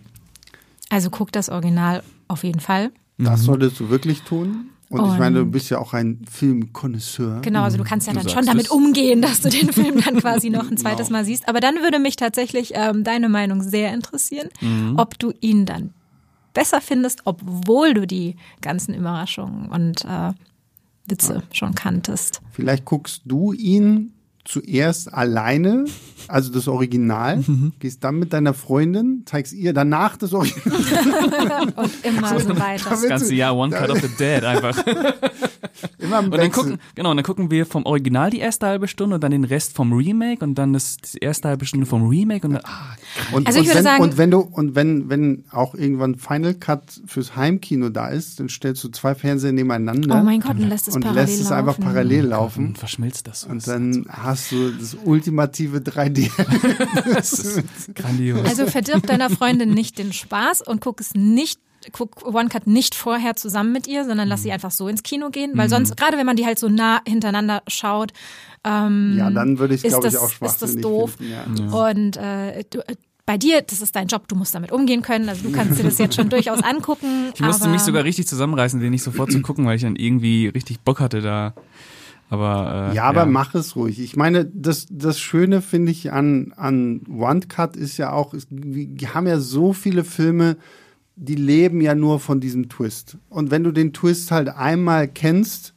Also guck das Original auf jeden Fall. Das solltest du wirklich tun. Und, Und ich meine, du bist ja auch ein Filmkonnoisseur. Genau, also du kannst ja Du dann sagst schon damit es. umgehen, dass du den Film dann quasi noch ein zweites Genau. Mal siehst. Aber dann würde mich tatsächlich ähm, deine Meinung sehr interessieren, ob du ihn dann besser findest, obwohl du die ganzen Überraschungen und äh, Witze schon kanntest. Vielleicht guckst du ihn zuerst alleine, also das Original, gehst dann mit deiner Freundin, zeigst ihr danach das Original. Und immer so weiter. Das ganze Jahr One Cut of the Dead einfach. Immer im Und dann Wechsel. gucken, genau, und dann gucken wir vom Original die erste halbe Stunde und dann den Rest vom Remake und dann das, die erste halbe Stunde vom Remake und dann, ah, Und, Also ich und würde wenn, sagen- und wenn du und wenn wenn auch irgendwann Final Cut fürs Heimkino da ist, dann stellst du zwei Fernseher nebeneinander Oh mein Gott, und lässt es und parallel lässt es laufen. einfach parallel laufen und verschmilzt das so. und dann hast du das ultimative drei D. das ist grandios. Also verdirb deiner Freundin nicht den Spaß und guck es nicht, guck One Cut nicht vorher zusammen mit ihr, sondern lass sie einfach so ins Kino gehen, weil sonst, gerade wenn man die halt so nah hintereinander schaut, ähm, Ja, dann würde ich ist glaube ich das- auch ist schwachsinnig das doof. finden. Ja. und äh, du, äh, bei dir, das ist dein Job, du musst damit umgehen können, also du kannst dir das jetzt schon durchaus angucken. Ich musste aber mich sogar richtig zusammenreißen, den nicht sofort zu gucken, weil ich dann irgendwie richtig Bock hatte da. Aber, äh, Ja, aber mach es ruhig. Ich meine, das, das Schöne finde ich an, an One Cut ist ja auch, ist, wir haben ja so viele Filme, die leben ja nur von diesem Twist. Und wenn du den Twist halt einmal kennst,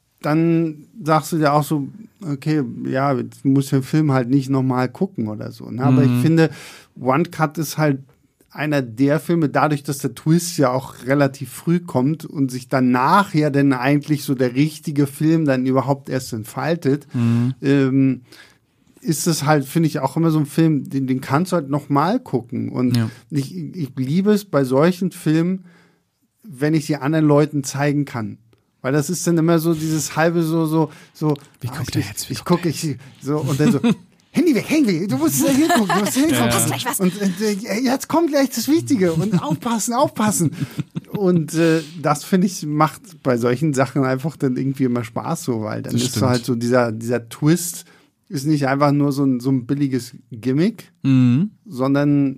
dann sagst du dir auch so, okay, ja, jetzt muss der Film halt nicht nochmal gucken oder so. Ne? Aber Mhm. ich finde, One Cut ist halt einer der Filme, dadurch, dass der Twist ja auch relativ früh kommt und sich danach ja dann eigentlich so der richtige Film dann überhaupt erst entfaltet, Mhm. ähm, ist es halt, finde ich, auch immer so ein Film, den, den kannst du halt nochmal gucken. Und Ja. ich, ich liebe es bei solchen Filmen, wenn ich sie anderen Leuten zeigen kann. Weil das ist dann immer so dieses halbe so, so, so. Wie ah, guckt ich, der jetzt? Wie Ich guckt gucke, ich, so, und dann so, Handy weg, Handy weg, du musst da hingucken, du musst da hingucken. Ja. Passt gleich was. Und äh, jetzt kommt gleich das Wichtige und aufpassen, aufpassen. Und äh, das, finde ich, macht bei solchen Sachen einfach dann irgendwie immer Spaß so, weil dann Das ist so stimmt. halt so dieser, dieser Twist ist nicht einfach nur so ein, so ein billiges Gimmick, Mhm. sondern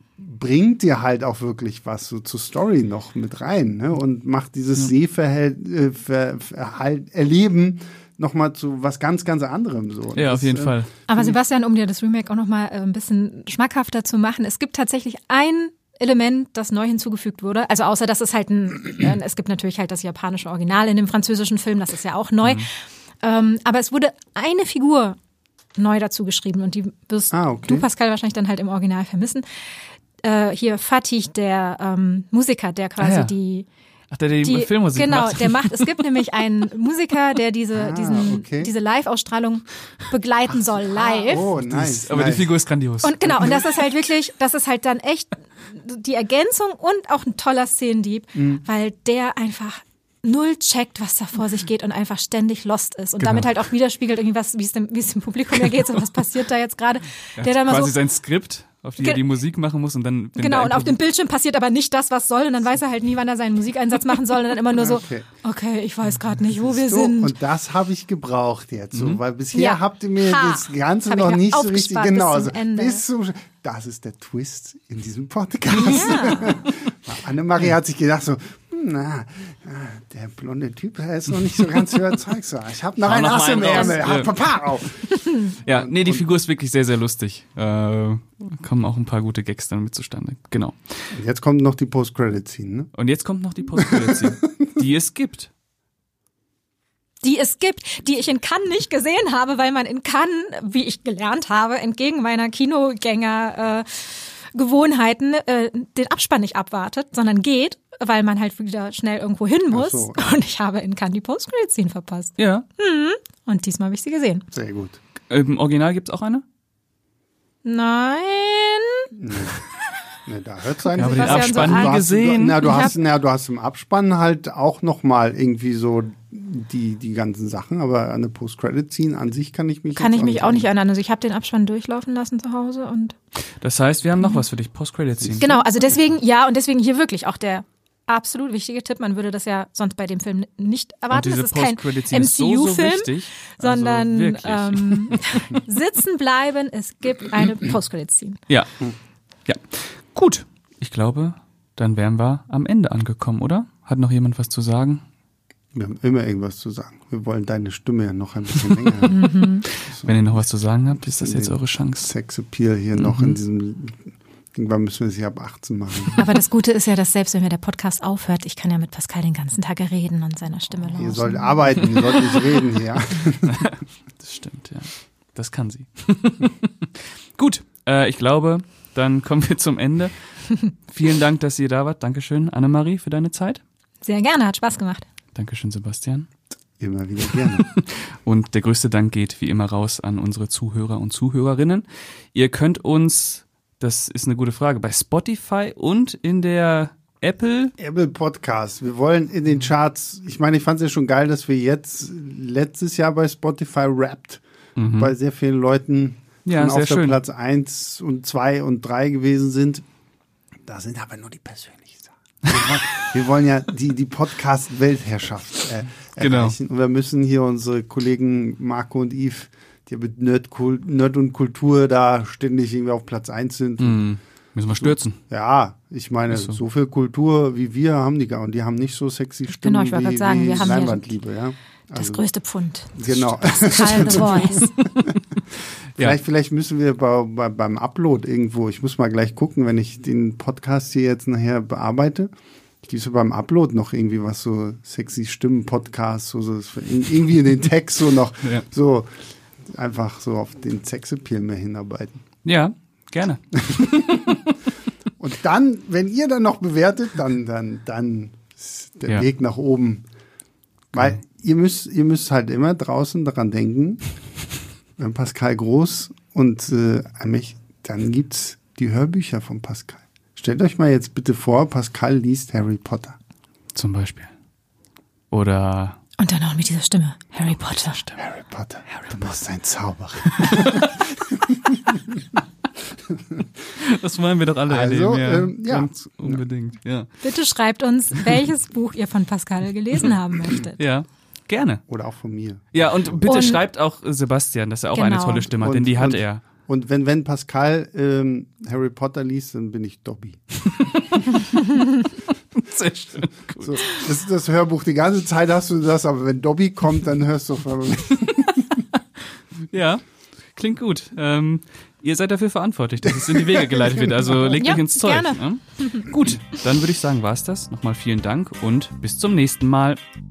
bringt dir halt auch wirklich was so zur Story noch mit rein, ne? Und macht dieses Sehverhältnis, äh, Ver, Verhalt, Erleben nochmal zu was ganz, ganz anderem so. Ja, auf Das, jeden äh, Fall. Aber Sebastian, um dir das Remake auch nochmal äh, ein bisschen schmackhafter zu machen, es gibt tatsächlich ein Element, das neu hinzugefügt wurde. Also außer, dass es halt ein, äh, es gibt natürlich halt das japanische Original in dem französischen Film, das ist ja auch neu. Mhm. Ähm, aber es wurde eine Figur neu dazu geschrieben und die wirst Ah, okay. du, Pascal, wahrscheinlich dann halt im Original vermissen. Äh, hier Fatih, der ähm, Musiker, der quasi Ah, ja. die Ach, der die, die, Filmmusik genau, macht. der macht, es gibt nämlich einen Musiker, der diese, Ah, diesen, okay. diese Live-Ausstrahlung begleiten soll, live. Oh, Die nice. ist, aber die nice. Figur ist grandios. Und genau, und das ist halt wirklich, das ist halt dann echt die Ergänzung und auch ein toller Szenendieb, Mhm. weil der einfach null checkt, was da vor sich geht und einfach ständig lost ist und Genau. damit halt auch widerspiegelt, irgendwie was, wie es dem, wie es dem Publikum ja geht, so was passiert da jetzt gerade. Der dann mal quasi so, sein Skript auf die er die Musik machen muss und dann... wenn Genau, da und auf impro- dem Bildschirm passiert aber nicht das, was soll und dann weiß er halt nie, wann er seinen Musikeinsatz machen soll und dann immer nur so, Okay. okay, ich weiß gerade nicht, wo wir So, sind. und das habe ich gebraucht jetzt so, Mhm. weil bisher Ja. habt ihr mir Ha. das Ganze Hab ich noch mir nicht so richtig aufgespart genau. bis zum Also, Ende. bis zum, das ist der Twist in diesem Podcast. Ja. Annemarie hat sich gedacht so, hm, na, der blonde Typ, der ist noch nicht so ganz überzeugt. So, ich habe noch Hau ein noch Ass mal im einen raus. Ärmel. Ja. Ja. Papa auf. Ja, nee, die Figur ist wirklich sehr, sehr lustig. Äh, kommen auch ein paar gute Gags dann mit zustande. Genau. Und jetzt kommt noch die Post-Credit-Scene, ne? Und jetzt kommt noch die Post-Credit-Scene, die es gibt. Die es gibt, die ich in Cannes nicht gesehen habe, weil man in Cannes, wie ich gelernt habe, entgegen meiner Kinogänger äh, Gewohnheiten äh, den Abspann nicht abwartet, sondern geht, weil man halt wieder schnell irgendwo hin muss. Ach so. Und ich habe in Cannes die Post-Credit-Scene verpasst. Ja. Und diesmal habe ich sie gesehen. Sehr gut. Im Original gibt's auch eine? Nein. Ne, da hört es eigentlich. Ja, aber den Sebastian, Abspann so nie an- gesehen. Na, du Ich hast, hab- na, du hast im Abspann halt auch nochmal irgendwie so die, die ganzen Sachen, aber an eine Post-Credit-Scene an sich kann ich mich Kann jetzt ich mich auch nicht erinnern. erinnern. Also ich habe den Abspann durchlaufen lassen zu Hause und Das heißt, wir haben noch was für dich, Post-Credit-Scene. genau, also deswegen, ja, und deswegen hier wirklich auch der absolut wichtige Tipp. Man würde das ja sonst bei dem Film nicht erwarten. Und diese Das ist kein Post-Credit-Scene M ist C so, so U-Film, wichtig. Also sondern wirklich. ähm, sitzen bleiben. Es gibt eine Post-Credit-Scene. Ja. Ja. Gut. Ich glaube, dann wären wir am Ende angekommen, oder? Hat noch jemand was zu sagen? Wir haben immer irgendwas zu sagen. Wir wollen deine Stimme ja noch ein bisschen länger haben. Wenn ihr noch was zu sagen habt, ist das jetzt eure Chance. Sexappeal hier noch in diesem Irgendwann müssen wir es hier ab achtzehn machen. Aber das Gute ist ja, dass selbst wenn mir der Podcast aufhört, ich kann ja mit Pascal den ganzen Tag reden und seiner Stimme lauschen. Ihr sollt arbeiten, ihr sollt nicht reden hier. Das stimmt, ja. Das kann sie. Gut, äh, ich glaube, dann kommen wir zum Ende. Vielen Dank, dass ihr da wart. Dankeschön, Annemarie, für deine Zeit. Sehr gerne, hat Spaß gemacht. Dankeschön, Sebastian. Immer wieder gerne. Und der größte Dank geht wie immer raus an unsere Zuhörer und Zuhörerinnen. Ihr könnt uns, das ist eine gute Frage, bei Spotify und in der Apple. Apple Podcast. Wir wollen in den Charts, ich meine, ich fand es ja schon geil, dass wir jetzt letztes Jahr bei Spotify Wrapped Mhm. bei sehr vielen Leuten Ja, schon sehr auf der schön. Platz eins und zwei und drei gewesen sind. Da sind aber nur die persönlichen Sachen. Wir wollen, wir wollen ja die, die Podcast-Weltherrschaft äh, Genau. erreichen. Und wir müssen hier unsere Kollegen Marco und Yves, die mit Nerd, Kul- Nerd und Kultur da ständig irgendwie auf Platz eins sind. Mhm. Müssen wir stürzen. Ja, ich meine, Ist so. so. viel Kultur wie wir haben die gar und die haben nicht so sexy Stimmen Genau, ich wollte wie, gerade sagen, wie wir haben ja Leinwandliebe, ja. Das Also, größte Pfund. genau. Pascal The Voice. Vielleicht, vielleicht müssen wir bei, bei, beim Upload irgendwo, ich muss mal gleich gucken, wenn ich den Podcast hier jetzt nachher bearbeite, ich gebe so beim Upload noch irgendwie was, so sexy Stimmen-Podcast, so, so irgendwie in den Text so noch, Ja. so einfach so auf den Sexappeal mehr hinarbeiten. Ja, gerne. Und dann, wenn ihr dann noch bewertet, dann, dann, dann ist der Ja. Weg nach oben. Weil Genau. ihr müsst, ihr müsst halt immer draußen daran denken, wenn Pascal Groß und äh, mich, dann gibt's die Hörbücher von Pascal. Stellt euch mal jetzt bitte vor, Pascal liest Harry Potter. Zum Beispiel. Oder Und dann auch mit dieser Stimme. Harry Potter. Harry Potter, du bist ein Zauberer. das wollen wir doch alle Also, erleben. Ja, ähm, ja. Ganz unbedingt. Ja. Bitte schreibt uns, welches Buch ihr von Pascal gelesen haben möchtet. ja, gerne. Oder auch von mir. Ja, und bitte Und- schreibt auch Sebastian, dass er auch eine Genau. tolle Stimme hat, denn Und- die hat und- er. Und wenn, wenn Pascal ähm, Harry Potter liest, dann bin ich Dobby. Sehr schön. Gut. So, das ist das Hörbuch. Die ganze Zeit hast du das, aber wenn Dobby kommt, dann hörst du auf einmal. Ja, klingt gut. Ähm, ihr seid dafür verantwortlich, dass es in die Wege geleitet wird. Also legt Ja, euch ins Zeug. gerne. Ne? Gut, dann würde ich sagen, war's das. Nochmal vielen Dank und bis zum nächsten Mal.